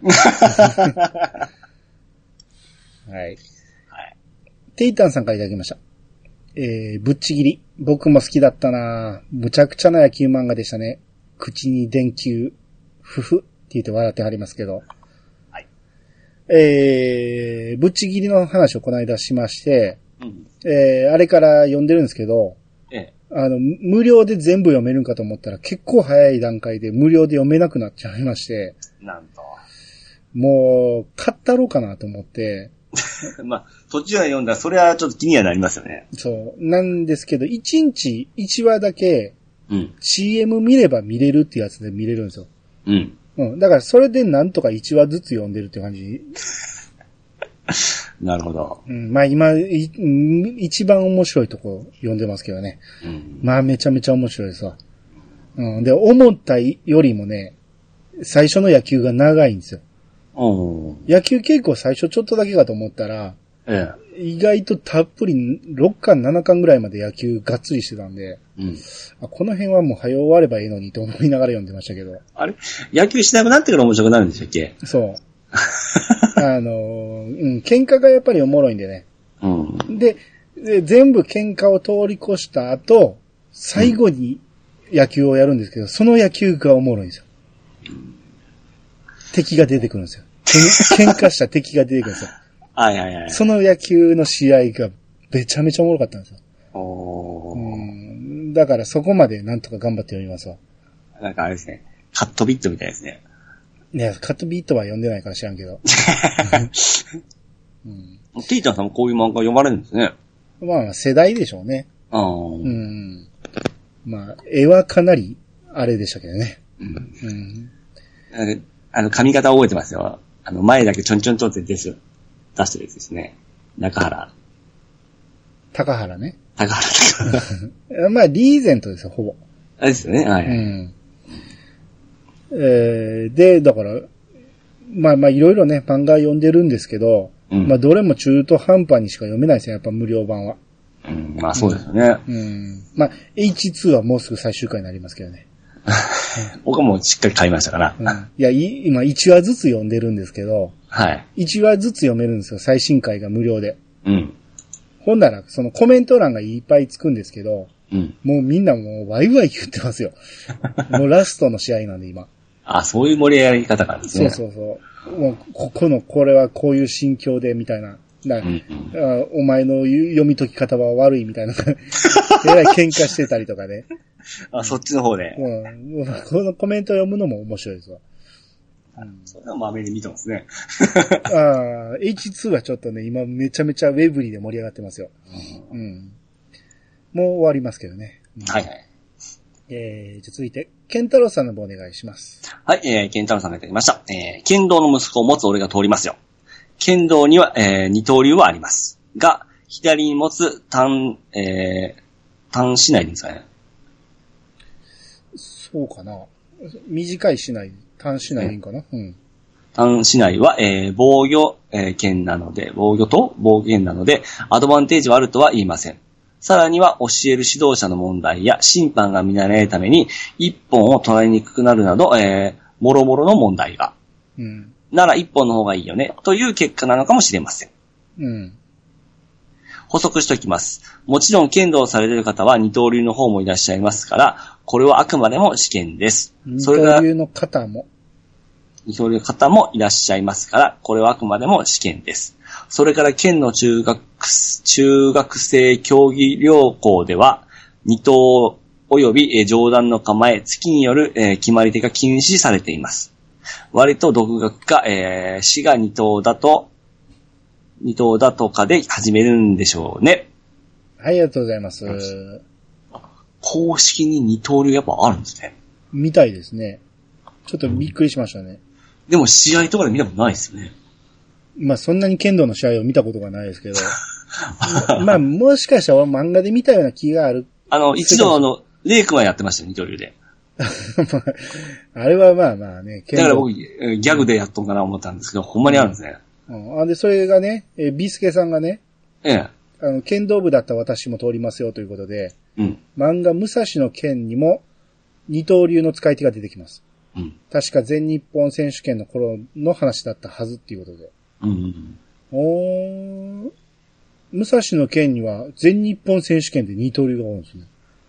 はい。テイタンさんからいただきました。ぶっちぎり。僕も好きだったな。むちゃくちゃな野球漫画でしたね。口に電球、ふふって言って笑ってはりますけど。はい。ぶっちぎりの話をこの間しまして、あれから読んでるんですけど、無料で全部読めるんかと思ったら結構早い段階で無料で読めなくなっちゃいまして、 なんと。 もう、買ったろうかなと思って、 まあ、途中は読んだらそれはちょっと気にはなりますよね。 そう。なんですけど、1日1話だけ、CM 見れば見れるってやつで見れるんですよ。だからそれでなんとか1話ずつ読んでるって感じ。 なるほど。 まあ今、一番面白いとこ読んでますけどね。まあめちゃめちゃ面白いですわ。で、思ったよりもね、最初の野球が長いんですよ。野球傾向最初ちょっとだけかと思ったら、意外とたっぷり6巻7巻ぐらいまで野球がっつりしてたんで、この辺はもう早終わればいいのにと思いながら読んでましたけど。 あれ野球しなくなってから面白くなるんでしたっけ？ そう。喧嘩がやっぱりおもろいんでね。で、全部喧嘩を通り越した後、最後に野球をやるんですけど、その野球がおもろいんですよ。敵が出てくるんですよ。喧嘩した敵が出てくるんですよ。その野球の試合がめちゃめちゃおもろかったんですよ。だからそこまでなんとか頑張って読みますわ。 なんかあれですね。カットビットみたいですね。 いや、カットビットは読んでないから知らんけど。 ティータンさんもこういう漫画読まれるんですね。 まあ、世代でしょうね。まあ、絵はかなり、あれでしたけどね。 髪型覚えてますよ。前だけちょんちょんちょんって出してるやつですね。 高原ね。 高原。 まあ、リーゼントですよ、ほぼ。 あれですよね、はい。 で、だから、まあいろいろね、漫画読んでるんですけど、まあどれも中途半端にしか読めないですよ、やっぱ無料版は。 まあそうですよね。 まあ H2 はもうすぐ最終回になりますけどね。 僕はもうしっかり買いましたから。 いや、今1話ずつ読んでるんですけど、1話ずつ読めるんですよ、最新回が無料で。ほんなら、そのコメント欄がいっぱいつくんですけど、もうみんなもうワイワイ言ってますよ。もうラストの試合なんで今。 そういう盛り上がり方があるんですね。 そう。もうこれはこういう心境でみたいな。お前の読み解き方は悪いみたいな。えらい喧嘩してたりとかね。 そっちの方で。 このコメント読むのも面白いですわ。 それはまめに見てますね。 H2 はちょっとね、今めちゃめちゃウェブリーで盛り上がってますよ。もう終わりますけどね。じゃ続いて、ケンタロウさんの方お願いします。 はい、ケンタロウさんがいただきました。剣道の息子を持つ俺が通りますよ。剣道には、二刀流はあります。が、左に持つ単しないでいいんですかね。 そうかな。短いしない、単しないでいいんかな。 単しないは、防御、剣なので、防御と防御なので、アドバンテージはあるとは言いません。さらには教える指導者の問題や審判が見慣れないために一本を取られにくくなるなど、もろもろの問題が。なら一本の方がいいよね、という結果なのかもしれません。補足しておきます。もちろん剣道されている方は二刀流の方もいらっしゃいますから、これはあくまでも試験です。 二刀流の方もいらっしゃいますから、これはあくまでも試験です。それから県の中学生競技両校では、二刀及び上段の構え、突きによる決まり手が禁止されています。割と独学か、死が二刀だとかで始めるんでしょうね。 はい、ありがとうございます。 公式に二刀流やっぱあるんですね。 みたいですね。ちょっとびっくりしましたね。 でも試合とかで見たことないですよね。 まあそんなに剣道の試合を見たことがないですけど。まあもしかしたら漫画で見たような気がある。 一度レイ君はやってましたよ、二刀流で。 あれはまあまあね。 だから僕、ギャグでやっとんかな思ったんですけど、ほんまにあるんですね。 で、それがね、ビスケさんがね、 ええ。 剣道部だった私も通りますよということで、 うん。 漫画武蔵の剣にも二刀流の使い手が出てきます。 うん。 確か全日本選手権の頃の話だったはずっていうことで。 うん。 武蔵の剣には全日本選手権で二刀流が多いんですね。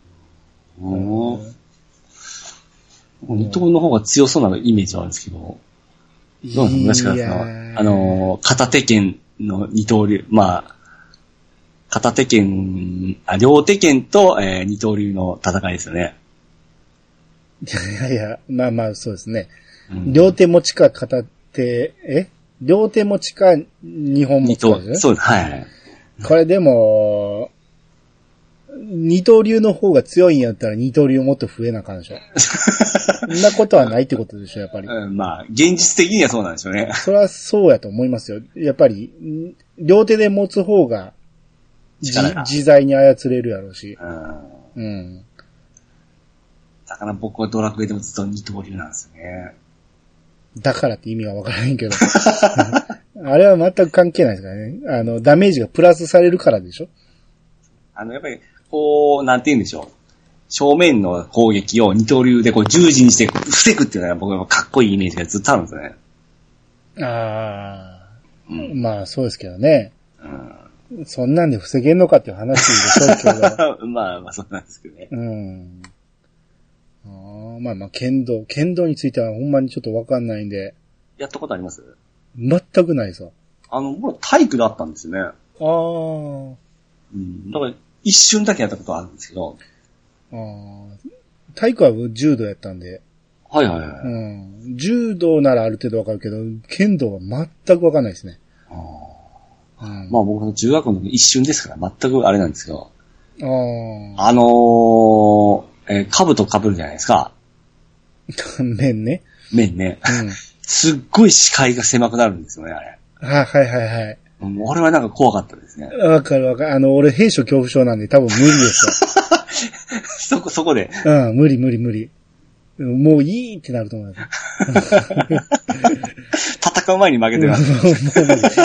二刀の方が強そうなイメージはあるんですけど。どうなんですか？もしかしたら片手剣の二刀流。まあ、片手剣、両手剣と、二刀流の戦いですよね。 いや、まあまあそうですね。うん、両手持ちか片手、両手持ちか二本持ちかですね。 そうです、はい。 これでも、二刀流の方が強いんやったら二刀流もっと増えなあかんでしょ。そんなことはないってことでしょ、やっぱり。 まあ、現実的にはそうなんでしょうね。 それはそうやと思いますよ。やっぱり、両手で持つ方が、自在に操れるやろうし。うん。 だから僕はドラクエでもずっと二刀流なんですよね。 だからって意味がわからへんけど。あれは全く関係ないですからね。ダメージがプラスされるからでしょ。 やっぱり、こう、なんて言うんでしょう。正面の攻撃を二刀流でこう十字にして防ぐっていうのは僕はかっこいいイメージがずっとあるんですよね。まあそうですけどね。そんなんで防げんのかっていう話でしょうけど。 まあそうなんですけどね。 まあ剣道についてはほんまにちょっとわかんないんで。 やったことあります？ 全くないさ。 僕体育だったんですよね。だから一瞬だけやったことあるんですけど。 体育は柔道やったんで。 はいはいはい。 柔道ならある程度わかるけど、剣道は全くわかんないですね。 まあ僕の中学の時一瞬ですから全くあれなんですけど。兜被るじゃないですか。 面ね。 面ね。すっごい視界が狭くなるんですよね、あれ。 はいはいはい。 俺はなんか怖かったですね。 わかる。俺、閉所恐怖症なんで多分無理ですよ。そこで。 無理。もういいってなると思います。 戦う前に負けてます。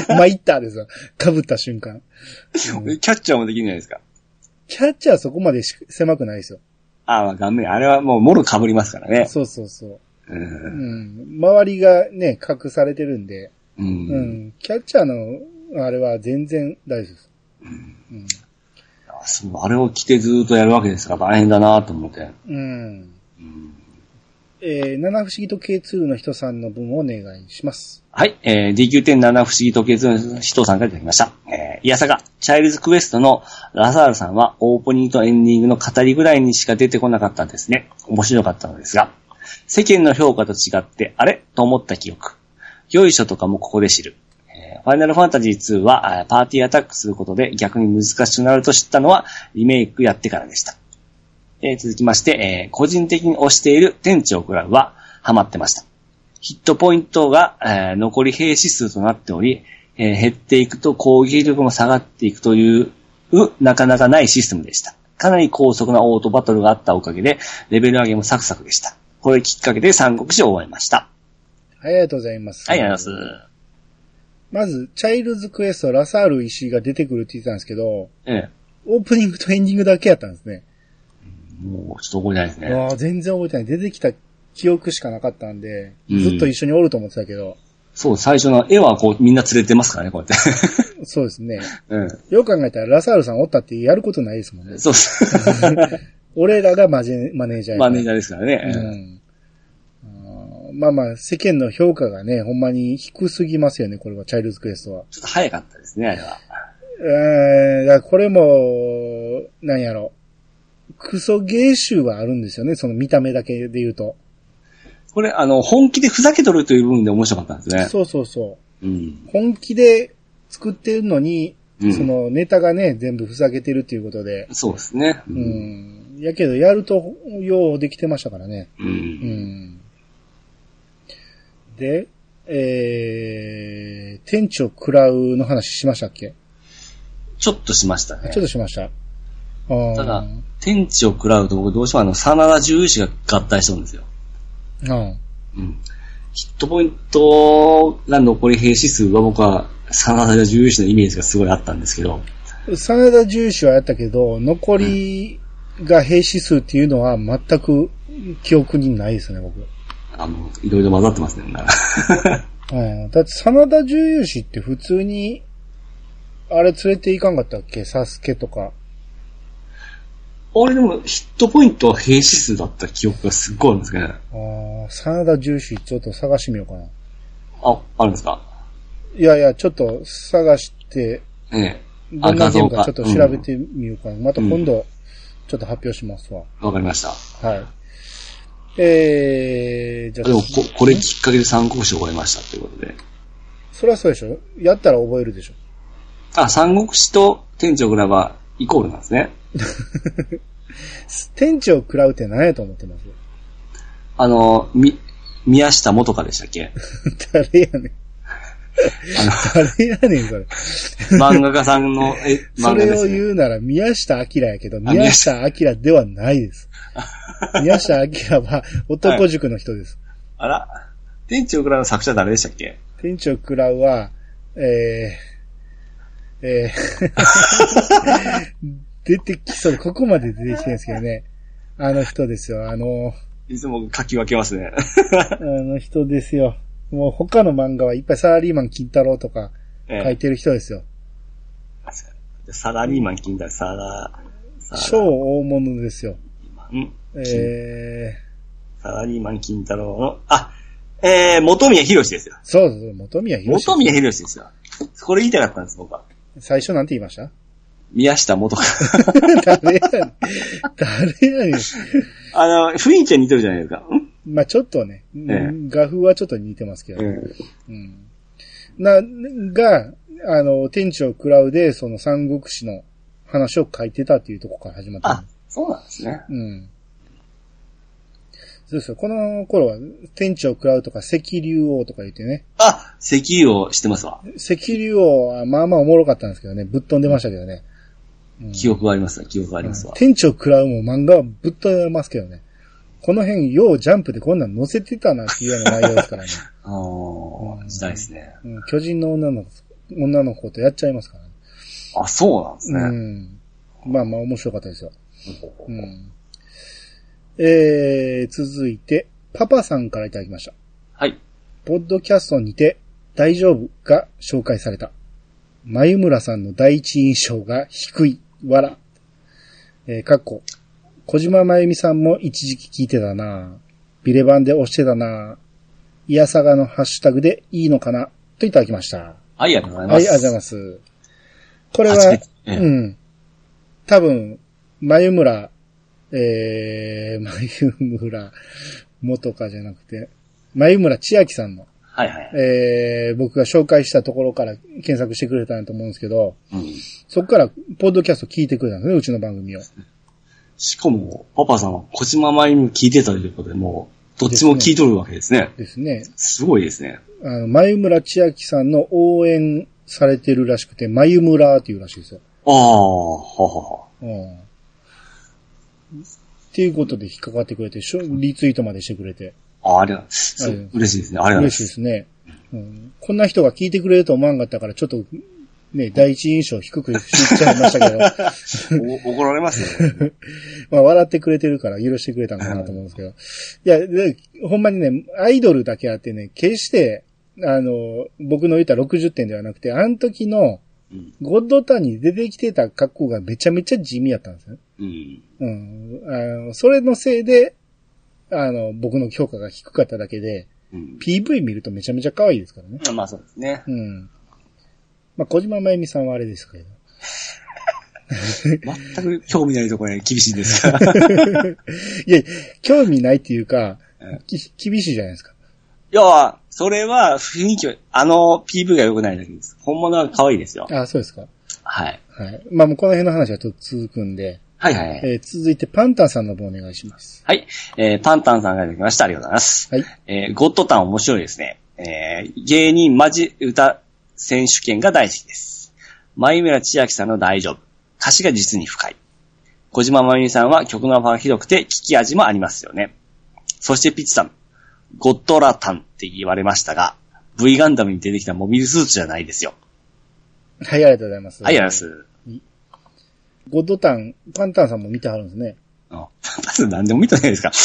参ったですよ。被った瞬間。 キャッチャーもできないですか？ キャッチャーはそこまで狭くないですよ。 顔面。あれはもうもろ被りますからね。 そう。周りがね、隠されてるんで。キャッチャーの、あれは全然大丈夫です。 あれを着てずーっとやるわけですから大変だなと思って。 七不思議時計2の人さんの分をお願いします。 はい、DQ10 七不思議時計2の人さんからいただきました。いやさが、チャイルズクエストのラサールさんはオープニングとエンディングの語りぐらいにしか出てこなかったんですね。面白かったのですが、世間の評価と違って、あれと思った記憶。よいしょとかもここで知る。ファイナルファンタジー2はパーティーアタックすることで逆に難しくなると知ったのはリメイクやってからでした。続きまして、個人的に推している天地を食らうはハマってました。ヒットポイントが、残り兵士数となっており、減っていくと攻撃力も下がっていくというなかなかないシステムでした。かなり高速なオートバトルがあったおかげでレベル上げもサクサクでした。これきっかけで三国志を終えました。 はい、ありがとうございます。 はい、ありがとうございます。 まず、チャイルズクエスト、ラサール石井が出てくるって言ってたんですけど、オープニングとエンディングだけやったんですね。 もう、ちょっと覚えてないですね。 全然覚えてない。出てきた記憶しかなかったんで、ずっと一緒におると思ってたけど。 そう、最初の絵はこう、みんな連れてますからね、こうやって。 そうですね。よく考えたら、ラサールさんおったってやることないですもんね。 そうです。 俺らがマネージャー。 マネージャーですからね。 まあまあ、世間の評価がね、ほんまに低すぎますよね、これは、チャイルズクエストは。 ちょっと早かったですね、あれは。これも、なんやろ。クソゲー集はあるんですよね、その見た目だけで言うと。 これ、本気でふざけとるという部分で面白かったんですね。 そう。本気で作ってるのに、そのネタがね、全部ふざけてるっていうことで。 そうですね。 やけど、やると、ようできてましたからね。で、 天地を食らうの話しましたっけ？ ちょっとしましたね。 ちょっとしました。 ただ、天地を食らうと僕どうしても真田十士が合体しとるんですよ。うん。ヒットポイントが残り兵士数は僕は真田十士のイメージがすごいあったんですけど。 真田十士はやったけど、残りが兵士数っていうのは全く記憶にないですね、僕。 いろいろ混ざってますね。 だって真田十士って普通に、あれ連れていかんかったっけ？サスケとか。 俺でもヒットポイントは兵士数だった記憶がすっごいあるんですけどね。 真田十士ちょっと探してみようかな。 あるんですか？ いや、ちょっと探して、どんなゲームかちょっと調べてみようかな。また今度、ちょっと発表しますわ。 わかりました。 はい。じゃあ。 でもこれきっかけで三国志を覚えましたっていうことで。 そりゃそうでしょ？やったら覚えるでしょ？ 三国志と天地を食らうはイコールなんですね。 天地を食らうって何やと思ってます？ 宮下元香でしたっけ？ 誰やねん。誰やねん、それ。 漫画家さんの、 それを言うなら宮下明やけど、宮下明ではないです。宮下明は男塾の人です。 はい、あら、天地を食らうの作者誰でしたっけ？ 天地を食らうは、出てきそうで、ここまで出てきてるんですけどね。あの人ですよ、 いつも書き分けますね。 あの人ですよ。もう他の漫画はいっぱいサラリーマン金太郎とか書いてる人ですよ。 サラリーマン金太郎、 超大物ですよ。 サラリーマン金太郎の、本宮博ですよ。 そう、本宮博。 本宮博ですよ。これ言いたかったんです、僕は。 最初なんて言いました？ 宮下元香。 誰やねん。 雰囲気は似てるじゃないですか。 まあちょっとね、画風はちょっと似てますけど。天地を食らうで、その三国志の話を書いてたっていうところから始まった。 そうなんですね。 そうですよ。この頃は、天地を食らうとか、赤竜王とか言ってね。 赤竜王知ってますわ。 赤竜王は、まあまあおもろかったんですけどね、ぶっ飛んでましたけどね。 記憶がありますわ。 天地を食らうも漫画はぶっ飛んでますけどね。この辺、ようジャンプでこんなん載せてたなっていうような内容ですからね。 時代ですね。 巨人の女の子とやっちゃいますからね。 そうなんですね。 まあまあ面白かったですよ。続いて、パパさんからいただきました。 はい。 ポッドキャストにて、大丈夫が紹介された。眉村さんの第一印象が低い。わら。小島真由美さんも一時期聞いてたな。ビレバンで押してたな。いやさがのハッシュタグでいいのかなといただきました。 はい、ありがとうございます。 はい、ありがとうございます。これは、多分、眉村元香じゃなくて、眉村千秋さんの、僕が紹介したところから検索してくれたんだと思うんですけど、そこからポッドキャスト聞いてくれたんですね、うちの番組を。 しかも、パパさんは小島真由美聞いてたということで、もう、どっちも聞いとるわけですね。 ですね。 すごいですね。 眉村千秋さんの応援されてるらしくて、眉村っていうらしいですよ。っていうことで引っかかってくれて、リツイートまでしてくれて。 嬉しいですね。 嬉しいですね。こんな人が聞いてくれると思わんかったから、ちょっと、ね、第一印象低くしちゃいましたけど。 怒られますね。 まあ、笑ってくれてるから許してくれたのかなと思うんですけど。いや、ほんまにね、アイドルだけあってね、決して、僕の言った60点ではなくて、あの時の、ゴッドタンに出てきてた格好がめちゃめちゃ地味やったんですね。それのせいで、僕の評価が低かっただけで、PV 見るとめちゃめちゃ可愛いですからね。 まあそうですね。 まあ小島真由美さんはあれですけど。 全く興味ないところに厳しいんですかいや、興味ないっていうか、厳しいじゃないですか。 要は、それは雰囲気は、PV が良くないだけです。本物は可愛いですよ。 そうですか。 はい。 はい。まあもうこの辺の話はちょっと続くんで。 はい。 続いてパンタンさんの方お願いします。 はい。パンタンさんがいただきました。ありがとうございます。はい。ゴッドタン面白いですね。 芸人マジ歌選手権が大好きです。前村千秋さんの大丈夫。歌詞が実に深い。小島真由美さんは曲の幅が広くて聞き味もありますよね。そしてピッチさん、ゴッドラタンって言われましたが、V ガンダムに出てきたモビルスーツじゃないですよ。 はい、ありがとうございます。 はい、ありがとうございます。 ゴッドタン、パンタンさんも見てはるんですね。 あ、パンタンさん何でも見てないですか。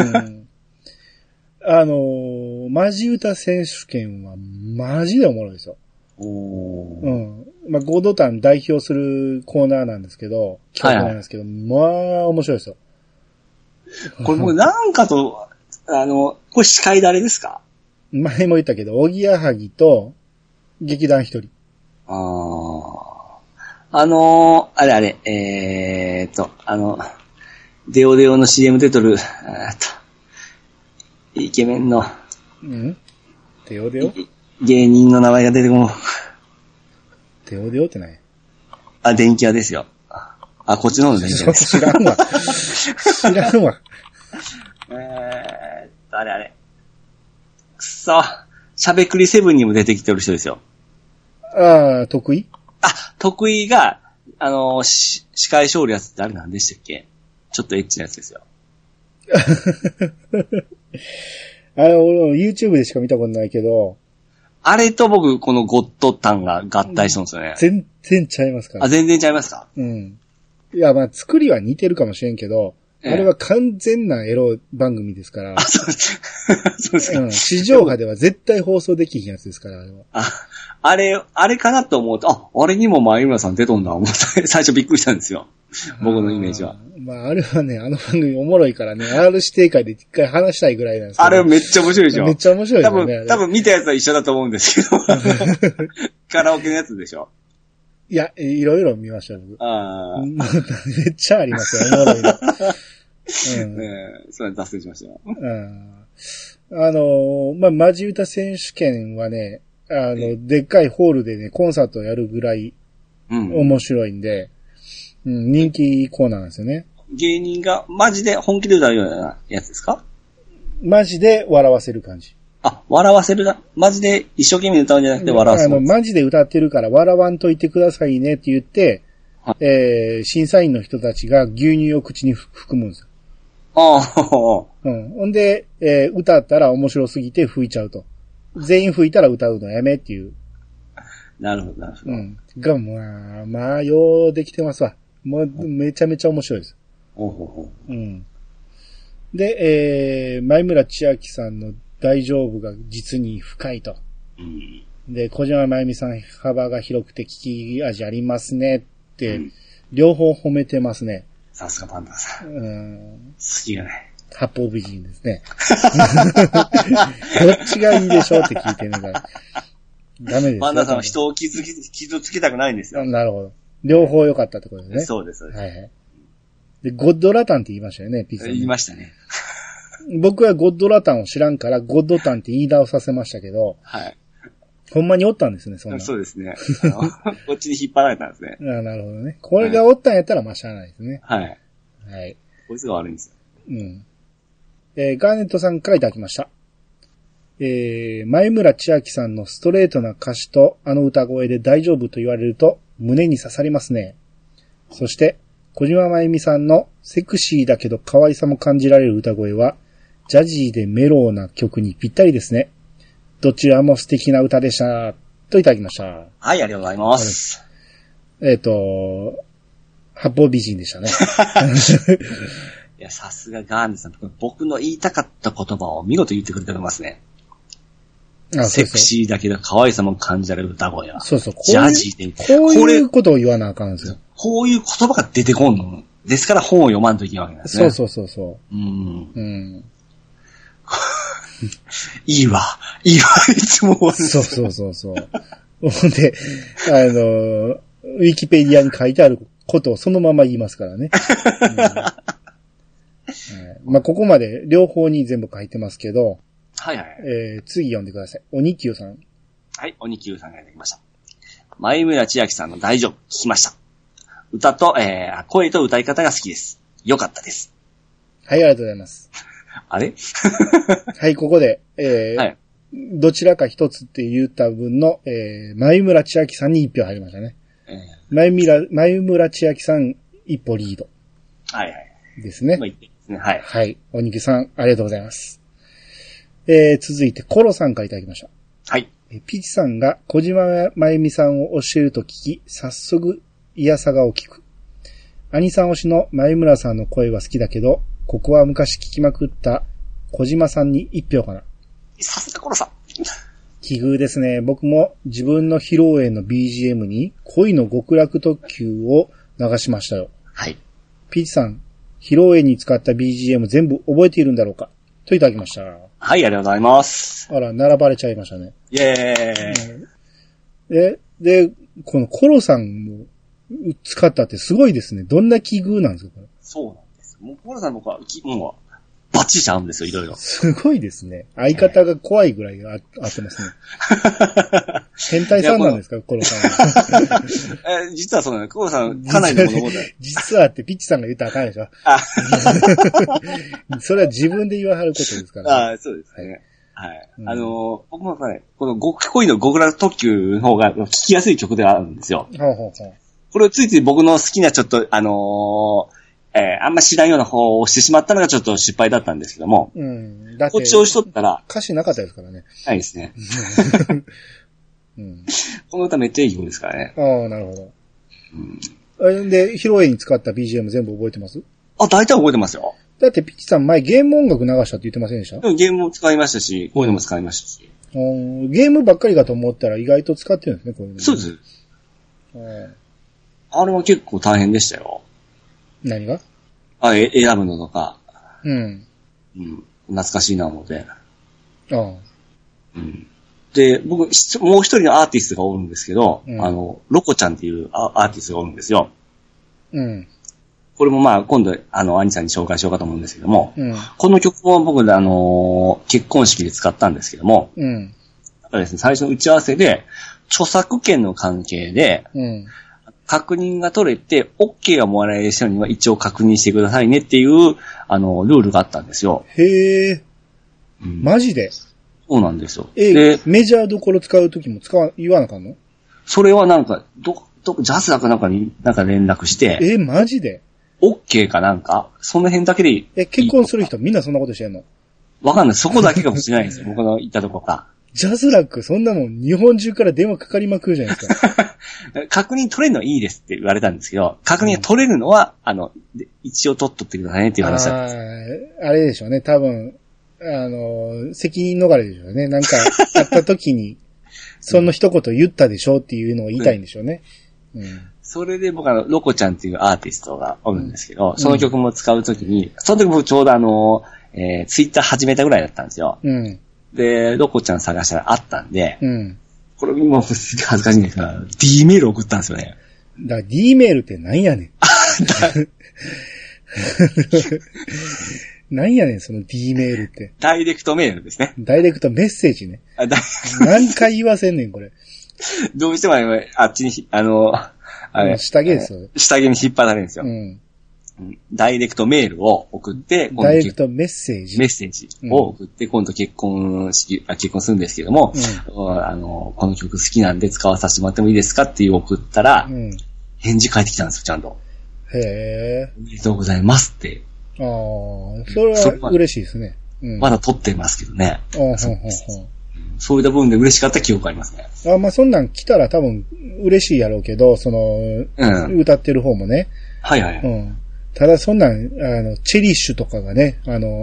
マジ歌選手権はマジでおもろいですよ。まあ、ゴッドタン代表するコーナーなんですけど、企画なんですけど、まあ、面白いですよ。 これもうなんかと、これ司会誰ですか？ 前も言ったけど、おぎやはぎと、劇団一人。 あれ、デオデオの CM 出とる、イケメンの。 デオデオ？ 芸人の名前が出てこん。 デオデオって何？ あ、電気屋ですよ。あ、こっちの方の電気屋です。 知らんわ。知らんわ。 あれ。くそ。しゃべくりセブンにも出てきてる人ですよ。 ああ、得意？ 得意が、司会勝利やつって誰なんでしたっけ？ちょっとエッチなやつですよ。 俺 YouTube でしか見たことないけど。 あれと僕、このゴッドタンが合体したんですよね。 全然ちゃいますから。 全然ちゃいますか？ いや、まあ、作りは似てるかもしれんけど、あれは完全なエロ番組ですから。 そうですか。 地上波では絶対放送できひんやつですから、あれは。 あれかなと思うと、あれにも前村さん出とんだ思って最初びっくりしたんですよ。僕のイメージは。 まあ、あれはね、あの番組おもろいからね、R 指定会で一回話したいぐらいなんですけど。 あれめっちゃ面白いでしょ。 めっちゃ面白いですよね。 多分見たやつは一緒だと思うんですけど。カラオケのやつでしょ。 いや、いろいろ見ました、僕。めっちゃありますよ、おもろいの。 それ脱線しましたよ。 まあ、マジ歌選手権はね、でっかいホールでね、コンサートをやるぐらい、面白いんで、人気コーナーなんですよね。 芸人がマジで本気で歌うようなやつですか？ マジで笑わせる感じ。 笑わせるな。マジで一生懸命歌うんじゃなくて笑わせる。 マジで歌ってるから笑わんといてくださいねって言って、審査員の人たちが牛乳を口に含むんですよ。ほんで、歌ったら面白すぎて吹いちゃうと。全員吹いたら歌うのやめっていう。 なるほど。 まあ、ようできてますわ。もう、めちゃめちゃ面白いです。で、前村千秋さんの大丈夫が実に深いと。で、小島真由美さん幅が広くて聞き味ありますねって、両方褒めてますね。 さすがパンダさん。隙がない。 八方美人ですね。どっちがいいでしょうって聞いてね。ダメですよ。 パンダさんは人を傷つけたくないんですよ。 なるほど。両方良かったってことですね。 そうです。はい。 で、ゴッドラタンって言いましたよね、ピザ、ね。 言いましたね。 僕はゴッドラタンを知らんから、ゴッドタンって言い直させましたけど。 はい。 ほんまにおったんですね、そんな。 そうですね。こっちに引っ張られたんですね。 なるほどね。これがおったんやったら、まあ、しゃあないですね。 はい。こいつが悪いんですよ。 ガーネットさんからいただきました。前村千秋さんのストレートな歌詞とあの歌声で大丈夫と言われると胸に刺さりますね。そして、小島真由美さんのセクシーだけど可愛さも感じられる歌声は、ジャジーでメローな曲にぴったりですね。どちらも素敵な歌でした。といただきました。はい、 ありがとうございます。 八方美人でしたね。 いや、さすがガーネさん。僕の言いたかった言葉を見事言ってくれてますね。セクシーだけど可愛さも感じられる歌声は。 そうそう。 ジャジーで。 こういうことを言わなあかんんですよ。 こういう言葉が出てこんの。ですから本を読まんといけないわけなんですね。 そう。 いいわ、いつも。 そう。ほんで、ウィキペディアに書いてあることをそのまま言いますからね。まあ、ここまで両方に全部書いてますけど、 はい。 次読んでください。おにきゅうさん。 はい、おにきゅうさんがいただきました。前村千秋さんの大丈夫、聞きました。歌と、声と歌い方が好きです。よかったです。 はい、ありがとうございます。 あれはい、ここで、 はい。 どちらか一つって言った分の、前村千秋さんに1票入りましたね。前村千秋さん一歩リード。 はいはい。 ですね。 はい。 はい。おにぎさん、ありがとうございます。続いて、コロさんからいただきました。 はい。 ピチさんが小島真由美さんを教えると聞き、早速、いやさがを聞く。兄さん推しの前村さんの声は好きだけど、ここは昔聞きまくった小島さんに1票かな。 さすがコロさん。 奇遇ですね。僕も自分の披露宴の BGM に恋の極楽特急を流しましたよ。 はい。 ピーチさん、披露宴に使った BGM 全部覚えているんだろうかといただきました。はい、 ありがとうございます。 あら、並ばれちゃいましたね。 イェーイ。で、このコロさんも使ったってすごいですね。どんな奇遇なんですかこれ。 そうなんです。もうコロさん僕は、もう、バッチリちゃうんですよ、いろいろ。 すごいですね。相方が怖いぐらい合ってますね。変態さんなんですか、コロさんは。 実はそうなの、コロさん、かなりの物事。 実はってピッチさんが言ったらあかんでしょ。それは自分で言わはることですから、 ね。そうですね。はい。僕もね、この恋の極楽特急の方が聴きやすい曲ではあるんですよ。これをついつい僕の好きなちょっと、あんま知らんような方をしてしまったのがちょっと失敗だったんですけども。 うん。だってこっちをしとったら。 歌詞なかったですからね。 ないですね。うん、この歌めっちゃいい曲ですからね。 ああ、なるほど。うん、で、披露宴に使った BGM 全部覚えてます？ 大体覚えてますよ。 だってピッチさん前ゲーム音楽流したって言ってませんでした？ ゲームも使いましたし、こういうのも使いましたし。 ゲームばっかりかと思ったら意外と使ってるんですね、こういうの。 そうです。あれは結構大変でしたよ。 何が？ 選ぶのとか。 うん。 うん。懐かしいな思って。 ああ。 うん。で、僕、もう一人のアーティストがおるんですけど、ロコちゃんっていうアーティストがおるんですよ。 うん。 これもまあ、今度、兄さんに紹介しようかと思うんですけども、 うん、 この曲も僕で結婚式で使ったんですけども、 うん。 だからですね、最初の打ち合わせで、著作権の関係で、 うん。 確認が取れて、OK がもらえる人には一応確認してくださいねっていう、ルールがあったんですよ。 へえ。うん、マジで？ そうなんですよ。 で、メジャーどころ使うときも言わなあかんの？ それはなんか、ジャスラかなんかになんか連絡して。 マジで？ OK かなんかその辺だけでいい。 結婚する人みんなそんなことしてんの？ わかんない。そこだけかもしれないんですよ。僕の言ったとこか。 ジャズラック、そんなもん日本中から電話かかりまくるじゃないですか。 確認取れるのはいいですって言われたんですけど、確認が取れるのは、一応取っとってくださいねっていう話だったんです。 あれでしょうね。多分、責任逃れでしょうね。なんか、あった時に、その一言言ったでしょっていうのを言いたいんでしょうね。うん。 それで僕ロコちゃんっていうアーティストがおるんですけど、その曲も使うときに、その時僕ちょうどツイッター始めたぐらいだったんですよ。 うん。で、 ロコちゃん探したらあったんで、 うん。 これ今すげえ恥ずかしいんですが、D メール送ったんですよね。 D メールって何やねん。何やねん、その D メールって。 ダイレクトメールですね。 ダイレクトメッセージね。何回言わせんねん、これ。 どうしてもあっちに、 下着ですよ。 下着に引っ張られるんですよ。 うん。 ダイレクトメールを送って、 ダイレクトメッセージを送って、今度結婚するんですけども、この曲好きなんで使わさせてもらってもいいですかっていう送ったら、返事返ってきたんですよ、ちゃんと。 へー。おめでとうございますって。 ああ、それは嬉しいですね。 まだ撮ってますけどね。そういった部分で嬉しかった記憶がありますね。 まあそんなん来たら多分嬉しいやろうけど、歌ってる方もね。 はいはい。 ただそんなん、チェリッシュとかがね、何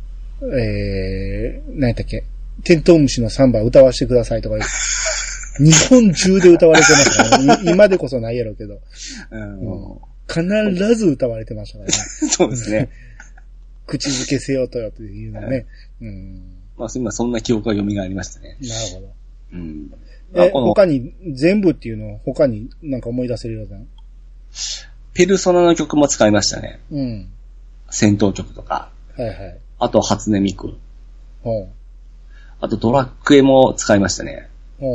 やったっけ、テントウムシのサンバ歌わせてくださいとか、日本中で歌われてましたからね。今でこそないやろうけど。必ず歌われてましたからね。 そうですね。 口づけせよとよというのね。 まあ今そんな記憶が蘇りましたね。 なるほど。他に、全部っていうのを他になんか思い出せるような。 ペルソナの曲も使いましたね。戦闘曲とか。 はいはい。 あと、初音ミク。あと、ドラクエも使いましたね。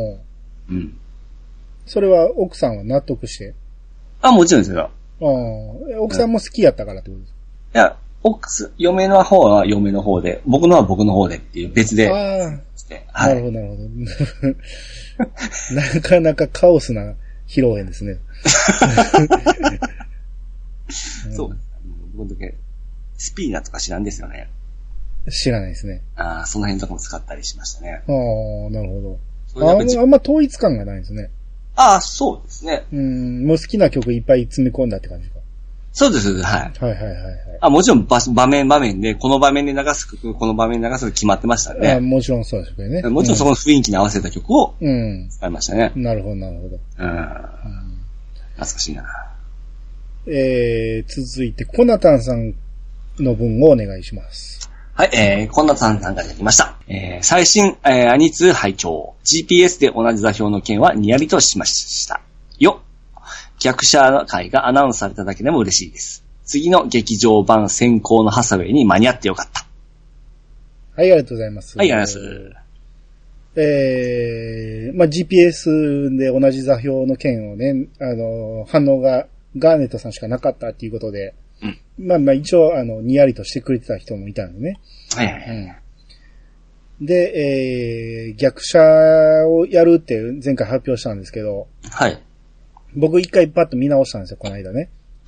それは奥さんは納得して？ もちろんですよ。 奥さんも好きやったからってことですか？ いや、 嫁の方は嫁の方で、僕のは僕の方でっていう別で。 はい、なるほど、なるほど。なかなかカオスな披露宴ですね。 そう。僕の時、スピーナとか知らんですよね。 知らないですね。 その辺とかも使ったりしましたね。 なるほど。あんま統一感がないんですね。 そうですね。 もう好きな曲いっぱい詰め込んだって感じか。 そうです、はい。 はいはいはいはい。 もちろん場面で、この場面で流す曲、この場面で流す曲決まってましたね。 もちろんそうですね。 もちろんそこの雰囲気に合わせた曲を使いましたね。 なるほど、なるほど。 懐かしいな。 続いて、コナタンさんの分をお願いします。 はい、コナタンさんからいただきました。最新、アニツ拝聴 GPS で同じ座標の件はニヤリとしました。逆者会がアナウンスされただけでも嬉しいです。次の劇場版先行のハサウェイに間に合ってよかった。 はい、ありがとうございます。 はい、ありがとうございます。GPS で同じ座標の件をね、反応がガーネットさんしかなかったっていうことで、一応、にやりとしてくれてた人もいたんでね。 はい。 で、逆者をやるって前回発表したんですけど、 はい。 僕一回パッと見直したんですよ、この間ね。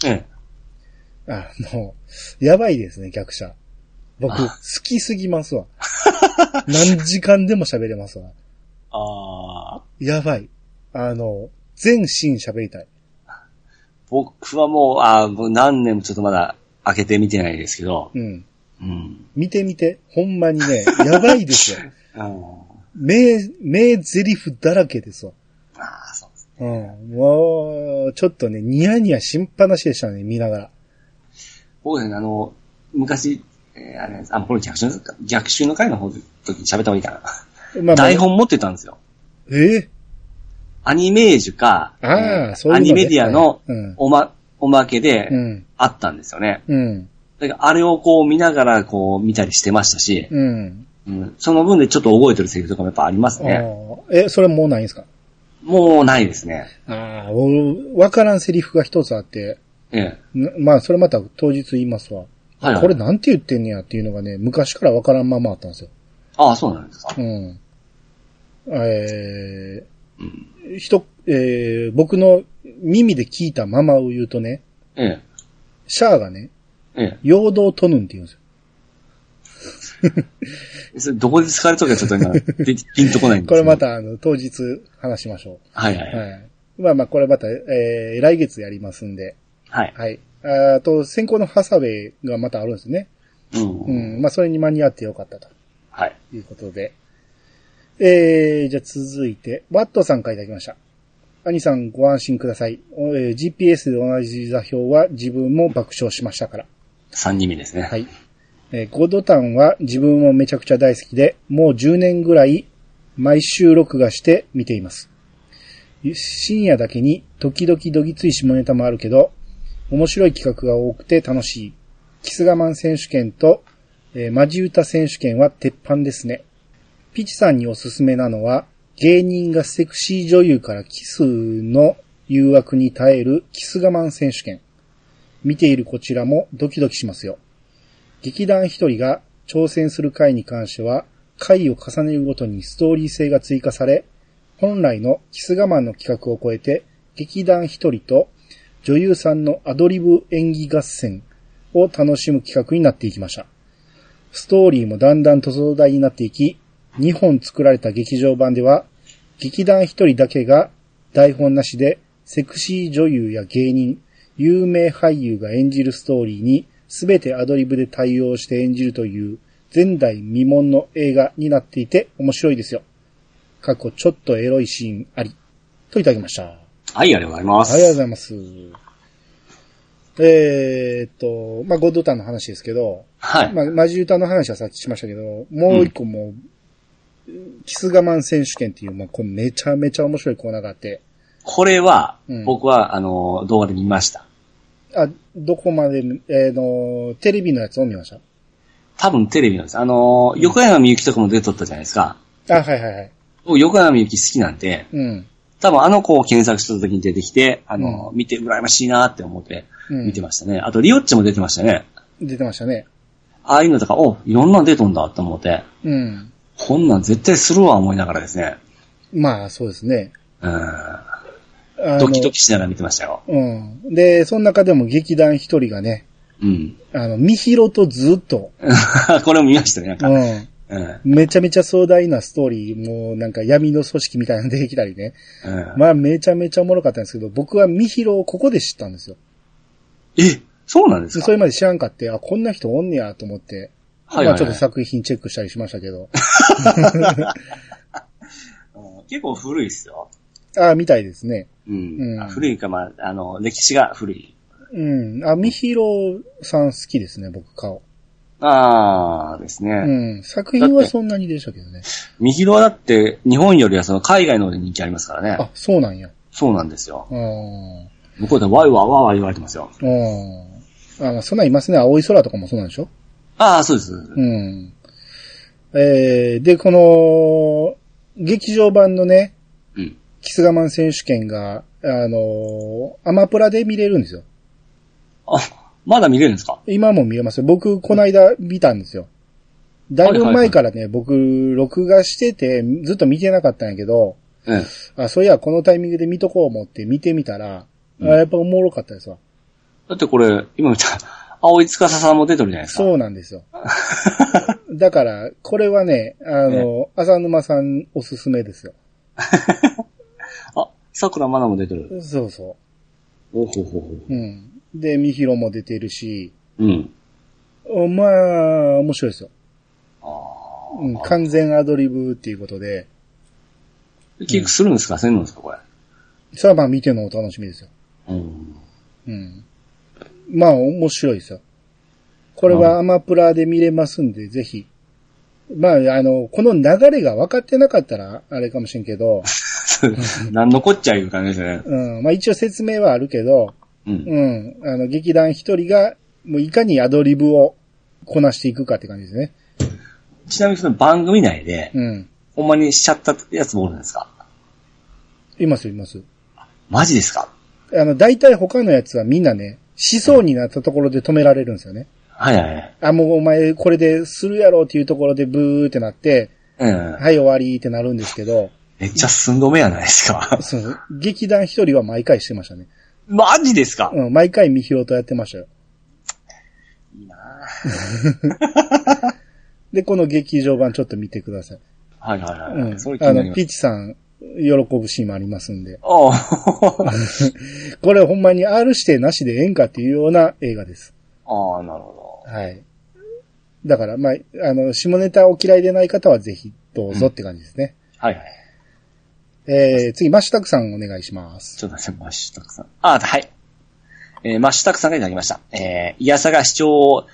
やばいですね、逆者。僕、好きすぎますわ。何時間でも喋れますわ。やばい。全シーン喋りたい。 僕はもう何年もちょっとまだ開けてみてないですけど。 見てみて。ほんまにね、やばいですよ。名台詞だらけですわ。 そうですね。もう、ちょっとね、ニヤニヤしんぱなしでしたね、見ながら。 僕ね、昔、これ逆襲の回の時に喋った方がいいかな。台本持ってたんですよ。アニメージュか、アニメディアのおまけであったんですよね。だからあれをこう見ながらこう見たりしてましたし、その分でちょっと覚えてるセリフとかもやっぱありますね。 それもうないんですか？ もうないですね。 わからんセリフが一つあって、それまた当日言いますわ。これなんて言ってんねやっていうのがね、昔からわからんままあったんですよ。 そうなんですか。 僕の耳で聞いたままを言うとね、シャアがね、陽動トヌンって言うんですよ。 それどこで使われとるかちょっと今、ピンとこないんですこれまた当日話しましょう。 はい。 これまた、来月やりますんで。 はい。 はい。先行のハサウェイがまたあるんですね。それに間に合ってよかったと。 はい。 いうことで。じゃあ続いて、ワットさんからいただきました。兄さんご安心ください。GPS で同じ座標は自分も爆笑しましたから。 3人目ですね。 はい。ゴドタンは自分もめちゃくちゃ大好きで、もう10年ぐらい毎週録画して見ています。深夜だけに時々どぎつい下ネタもあるけど、面白い企画が多くて楽しい。キス我慢選手権と、マジ歌選手権は鉄板ですね。ピチさんにおすすめなのは、芸人がセクシー女優からキスの誘惑に耐えるキス我慢選手権。見ているこちらもドキドキしますよ。劇団一人が挑戦する回に関しては、回を重ねるごとにストーリー性が追加され、本来のキス我慢の企画を超えて、劇団一人と女優さんのアドリブ演技合戦を楽しむ企画になっていきました。ストーリーもだんだん塗装台になっていき、2本作られた劇場版では、劇団一人だけが台本なしでセクシー女優や芸人、有名俳優が演じるストーリーにすべてアドリブで対応して演じるという前代未聞の映画になっていて面白いですよ。過去ちょっとエロいシーンあり。といただきました。 はい、ありがとうございます。 ありがとうございます。ゴッドタンの話ですけど、 はい。 マジ歌の話はさっきしましたけど、もう一個もキス我慢選手権っていう、これめちゃめちゃ面白いコーナーがあって。 これは、僕は、動画で見ました。 どこまで、テレビのやつを見ました？ 多分テレビなんです。横山みゆきとかも出とったじゃないですか。 はいはいはい。 僕、横山みゆき好きなんで、多分子を検索した時に出てきて、見て羨ましいなって思って見てましたね。あと、リオッチも出てましたね。 出てましたね。 ああいうのとか、いろんなの出とんだと思って。うん。こんなん絶対するわ思いながらですね。 まあ、そうですね。 ドキドキしながら見てましたよ。 うん。で、その中でも劇団一人がね、うん。みひろとずっと。 これも見ましたね、なんか。 めちゃめちゃ壮大なストーリー、もうなんか闇の組織みたいなの出てきたりね。まあめちゃめちゃおもろかったんですけど、僕はみひろをここで知ったんですよ。 そうなんですか？ それまで知らんかって、こんな人おんねやと思って、はいはいはい、まあちょっと作品チェックしたりしましたけど。 結構古いっすよ。 みたいですね。 古いか、まあ、歴史が古い。 みひろさん好きですね、僕顔。 ですね。 作品はそんなにでしたけどね。 みひろはだって、日本よりはその海外の方で人気ありますからね。 そうなんや。 そうなんですよ。向こうでワイワーワーワー言われてますよ。 そんなんいますね。青い空とかもそうなんでしょ？ そうです。 で、この、劇場版のね、キス我慢選手権が、アマプラで見れるんですよ。 まだ見れるんですか？ 今も見れますよ。僕、この間見たんですよ。だいぶ前からね、僕、録画してて、ずっと見てなかったんやけど、そういや、このタイミングで見とこう思って見てみたら、やっぱおもろかったですわ。 だってこれ、今見た、青井司さんも出てるじゃないですか。 そうなんですよ。だから、これはね、浅沼さんおすすめですよ。 桜まなも出てる。 そうそう。で、みひろも出てるし、まあ、面白いですよ。完全アドリブっていうことで。 キックするんですか？せんのですかこれ。 さあまあ見てのお楽しみですよ。まあ面白いですよ。これはアマプラで見れますんで、ぜひ。まあ、この流れが分かってなかったら、あれかもしれんけど。 何のこっちゃいう感じですね。まあ一応説明はあるけど、劇団一人が、もういかにアドリブをこなしていくかって感じですね。 ちなみにその番組内で、ほんまにしちゃったやつもおるんですか？います。 マジですか？ 大体他のやつはみんなね、しそうになったところで止められるんですよね。もうお前これでするやろっていうところでブーってなって、はい終わりってなるんですけど。 めっちゃ寸止めやないですか。 そう。劇団一人は毎回してましたね。 マジですか？ 毎回みひろとやってましたよ。 いいなぁ。で、この劇場版ちょっと見てください。ピッチさん、喜ぶシーンもありますんで。これほんまに R 指定なしでええんかっていうような映画です。 なるほど。 はい。だから、まあ、下ネタお嫌いでない方はぜひどうぞって感じですね。次、マッシュタクさんお願いします。 ちょっと待って、マッシュタクさん。はい。マッシュタクさんがいただきました。いやさが聴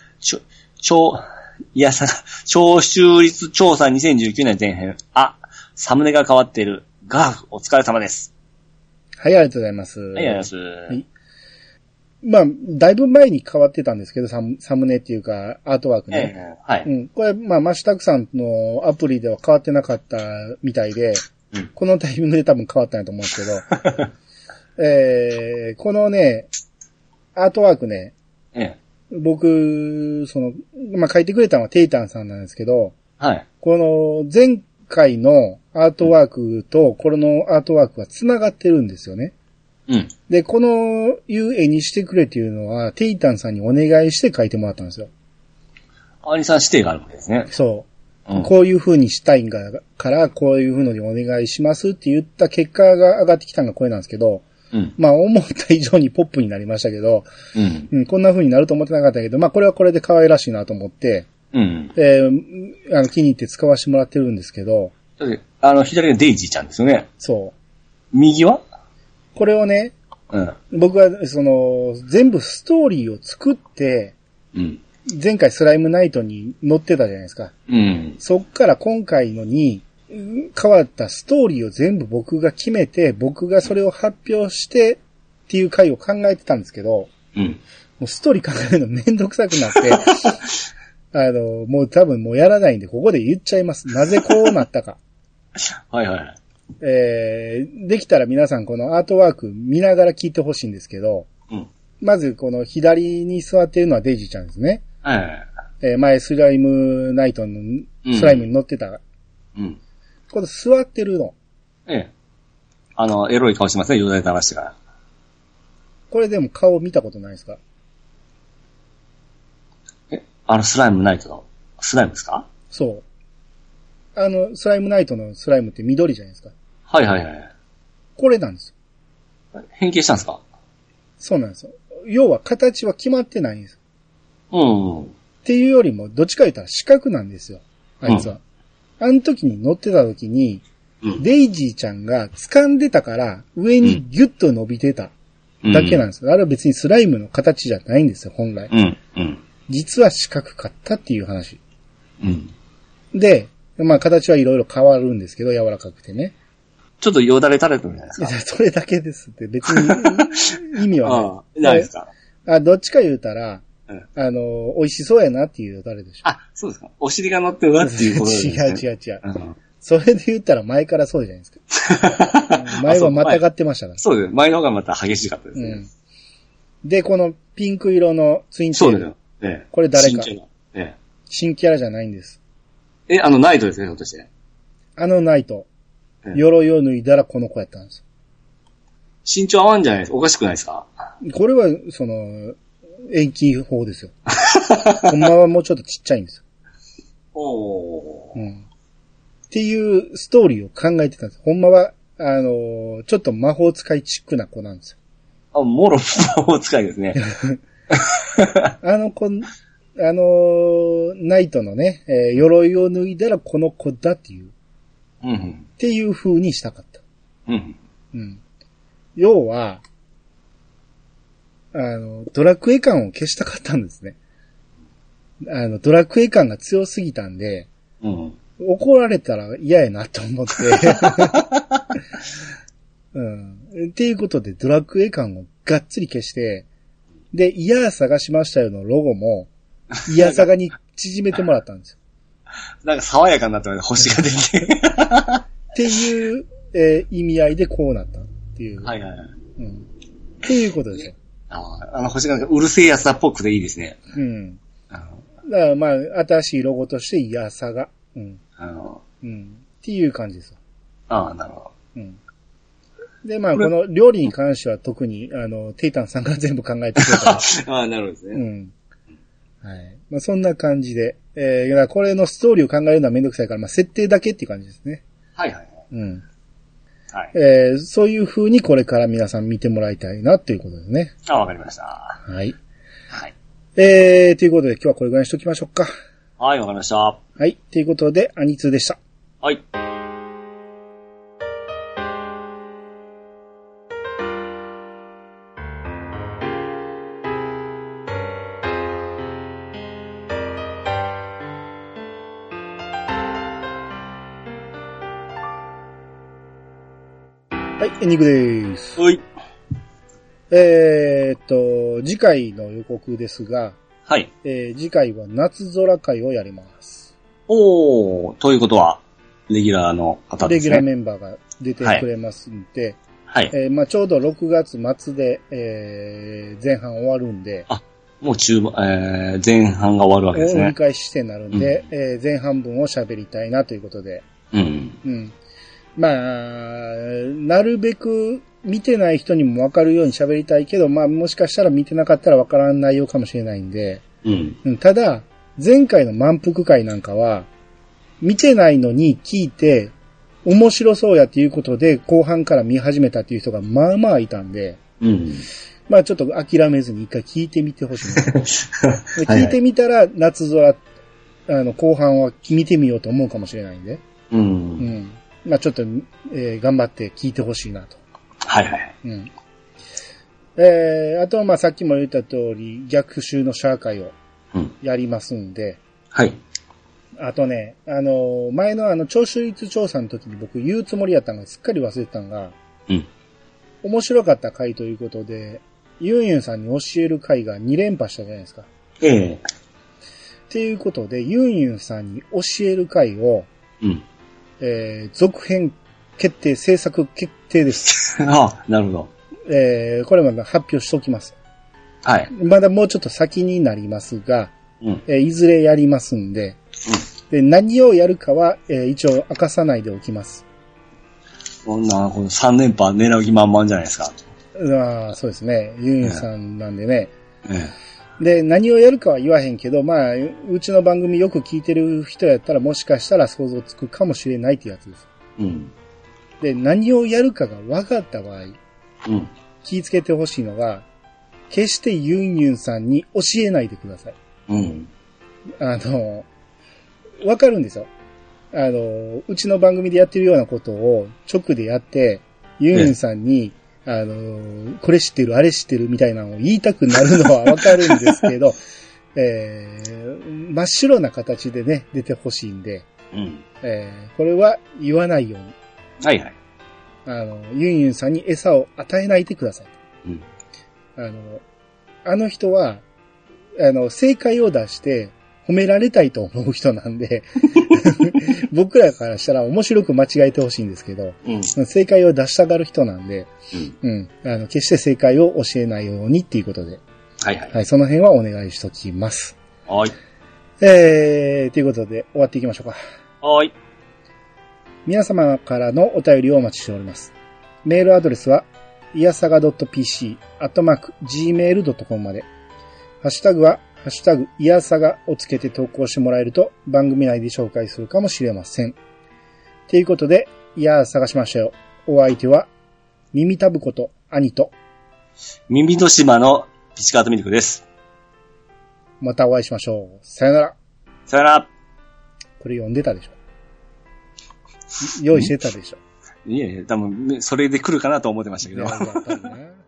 取率調査2019年前編。サムネが変わっている。ガーフ、お疲れ様です。 はい、ありがとうございます。 はい、ありがとうございます。はい。 まあ、だいぶ前に変わってたんですけど、サムネっていうか、アートワークね。これ、まあ、マッシュタクさんのアプリでは変わってなかったみたいで、このタイミングで多分変わったんやと思うんですけど、このね、アートワークね、僕、まあ、書いてくれたのはテイタンさんなんですけど、この前回のアートワークとこのアートワークは繋がってるんですよね。で、このいう絵にしてくれっていうのは、テイタンさんにお願いして書いてもらったんですよ。 兄さん指定があるわけですね。 そう。こういう風にしたいんだから、こういう風のにお願いしますって言った結果が上がってきたのがこれなんですけど、まあ思った以上にポップになりましたけど、こんな風になると思ってなかったけど、まあこれはこれで可愛らしいなと思って、気に入って使わせてもらってるんですけど、 左がデイジーちゃんですよね。 そう。 右はこれをね、僕は全部ストーリーを作って、前回スライムナイトに載ってたじゃないですか。そっから今回のに変わったストーリーを全部僕が決めて、僕がそれを発表してっていう回を考えてたんですけど、もうストーリー考えるのめんどくさくなって、もう多分もうやらないんで、ここで言っちゃいます。なぜこうなったか。できたら皆さんこのアートワーク見ながら聞いてほしいんですけど、まずこの左に座っているのはデイジーちゃんですね。 前スライムナイトの、スライムに乗ってた。うん。これ座ってるの。 エロい顔してますね、よだれ垂らしてから。 これでも顔見たことないですか？ スライムナイトの、スライムですか？ そう。スライムナイトのスライムって緑じゃないですか。 はいはいはい。 これなんですよ。変形したんですか？ そうなんですよ。要は形は決まってないんです。 うん。 っていうよりも、どっちか言ったら四角なんですよ。あいつは。あの時に乗ってた時に、デイジーちゃんが掴んでたから、上にギュッと伸びてただけなんですよ。あれは別にスライムの形じゃないんですよ、本来。実は四角かったっていう話。で、まあ形はいろいろ変わるんですけど、柔らかくてね。 ちょっとよだれ垂れてるんじゃないですか？それだけですって、別に意味はない。ないですか？ どっちか言うたら、美味しそうやなっていうよだれでしょ。 そうですか。お尻が乗ってるなっていうことですね。 違う。それで言ったら前からそうじゃないですか。前はまたがってましたから。 そうです。前の方がまた激しかったですね。 で、このピンク色のツインテール。そうですよ。これ誰か。新キャラじゃないんです。 ナイトですね、ひょっとして。 ナイト。鎧を脱いだらこの子やったんです。 身長合わんじゃないですか？おかしくないですか？ これは、遠近法ですよ。ほんまはもうちょっとちっちゃいんですよ。っていうストーリーを考えてたんです。ほんまは、ちょっと魔法使いチックな子なんですよ。もろ魔法使いですね。 ナイトのね、鎧を脱いだらこの子だっていう。っていう風にしたかった。要は、ドラクエ感を消したかったんですね。ドラクエ感が強すぎたんで、怒られたら嫌やなと思って、っていうことでドラクエ感をがっつり消して、で、イヤー探しましたよのロゴも、イヤー探に縮めてもらったんですよ。 なんか爽やかになったので星ができて。 っていう、意味合いでこうなったっていう。っていうことですよ。 星がうるせえやつだっぽくていいですね。 だからまあ、新しいロゴとしてイヤーサガ。っていう感じですよ。なるほど。 で、まあ、この料理に関しては特に、テイタンさんが全部考えてくれた。 なるほどですね。 はい。まあ、そんな感じで、これのストーリーを考えるのはめんどくさいから、まあ、設定だけっていう感じですね。そういう風にこれから皆さん見てもらいたいなっていうことですね。 わかりました。 はい。ということで今日はこれぐらいにしときましょうか。 はい、わかりました。 はい。ということで、アニツーでした。 はい。 はい、エンディングです。 はい。 次回の予告ですが、 はい。 次回は夏空会をやります。 ということは、レギュラーの方ですね。 レギュラーメンバーが出てくれますんで、 はい。 まあちょうど6月末で、前半終わるんで、 もう前半が終わるわけですね。 折り返ししてなるんで、前半分を喋りたいなということで、まあ、なるべく見てない人にもわかるように喋りたいけど、まあもしかしたら見てなかったらわからん内容かもしれないんで、ただ、前回の満腹会なんかは、見てないのに聞いて、面白そうやっていうことで、後半から見始めたっていう人がまあまあいたんで、まあちょっと諦めずに一回聞いてみてほしいな。聞いてみたら、夏空、後半は見てみようと思うかもしれないんで、まあちょっと、頑張って聞いてほしいなと。あと、まあさっきも言った通り、逆襲のシャー会をやりますんで、あとね、前の聴取率調査の時に僕言うつもりやったのがすっかり忘れてたのが、面白かった回ということで、ユンユンさんに教える回が2連覇したじゃないですか。っていうことで、ユンユンさんに教える回を、続編決定、制作決定です。 なるほど。 これまで発表しときます。まだもうちょっと先になりますが、 いずれやりますんで、で、何をやるかは、一応明かさないでおきます。 この3連覇狙う気満々じゃないですか。 そうですね。ユンさんなんでね。で、何をやるかは言わへんけど、まあ、うちの番組よく聞いてる人やったらもしかしたら想像つくかもしれないってやつです。で、何をやるかが分かった場合、気をつけてほしいのが、決してユンユンさんに教えないでください。わかるんですよ。うちの番組でやってるようなことを直でやって、ユンユンさんに、これ知ってる、あれ知ってるみたいなのを言いたくなるのはわかるんですけど、真っ白な形でね、出てほしいんで、これは言わないように。 はいはい。 ユンユンさんに餌を与えないでください。あの人は、正解を出して褒められたいと思う人なんで、僕らからしたら面白く間違えてほしいんですけど、正解を出したがる人なんで、決して正解を教えないようにっていうことで、はい、その辺はお願いしときます。 はい。 ということで終わっていきましょうか。 はい。 皆様からのお便りをお待ちしております。メールアドレスは、いやさが .pc@gmail.com まで。ハッシュタグは、ハッシュタグ、いやさがをつけて投稿してもらえると番組内で紹介するかもしれません。ということで、いや探しましたよ。お相手は、耳たぶこと兄と、 耳の島のピチカートミルクです。 またお会いしましょう。さよなら。 さよなら。 これ読んでたでしょ。用意してたでしょ。 いやいや、多分、それで来るかなと思ってましたけど。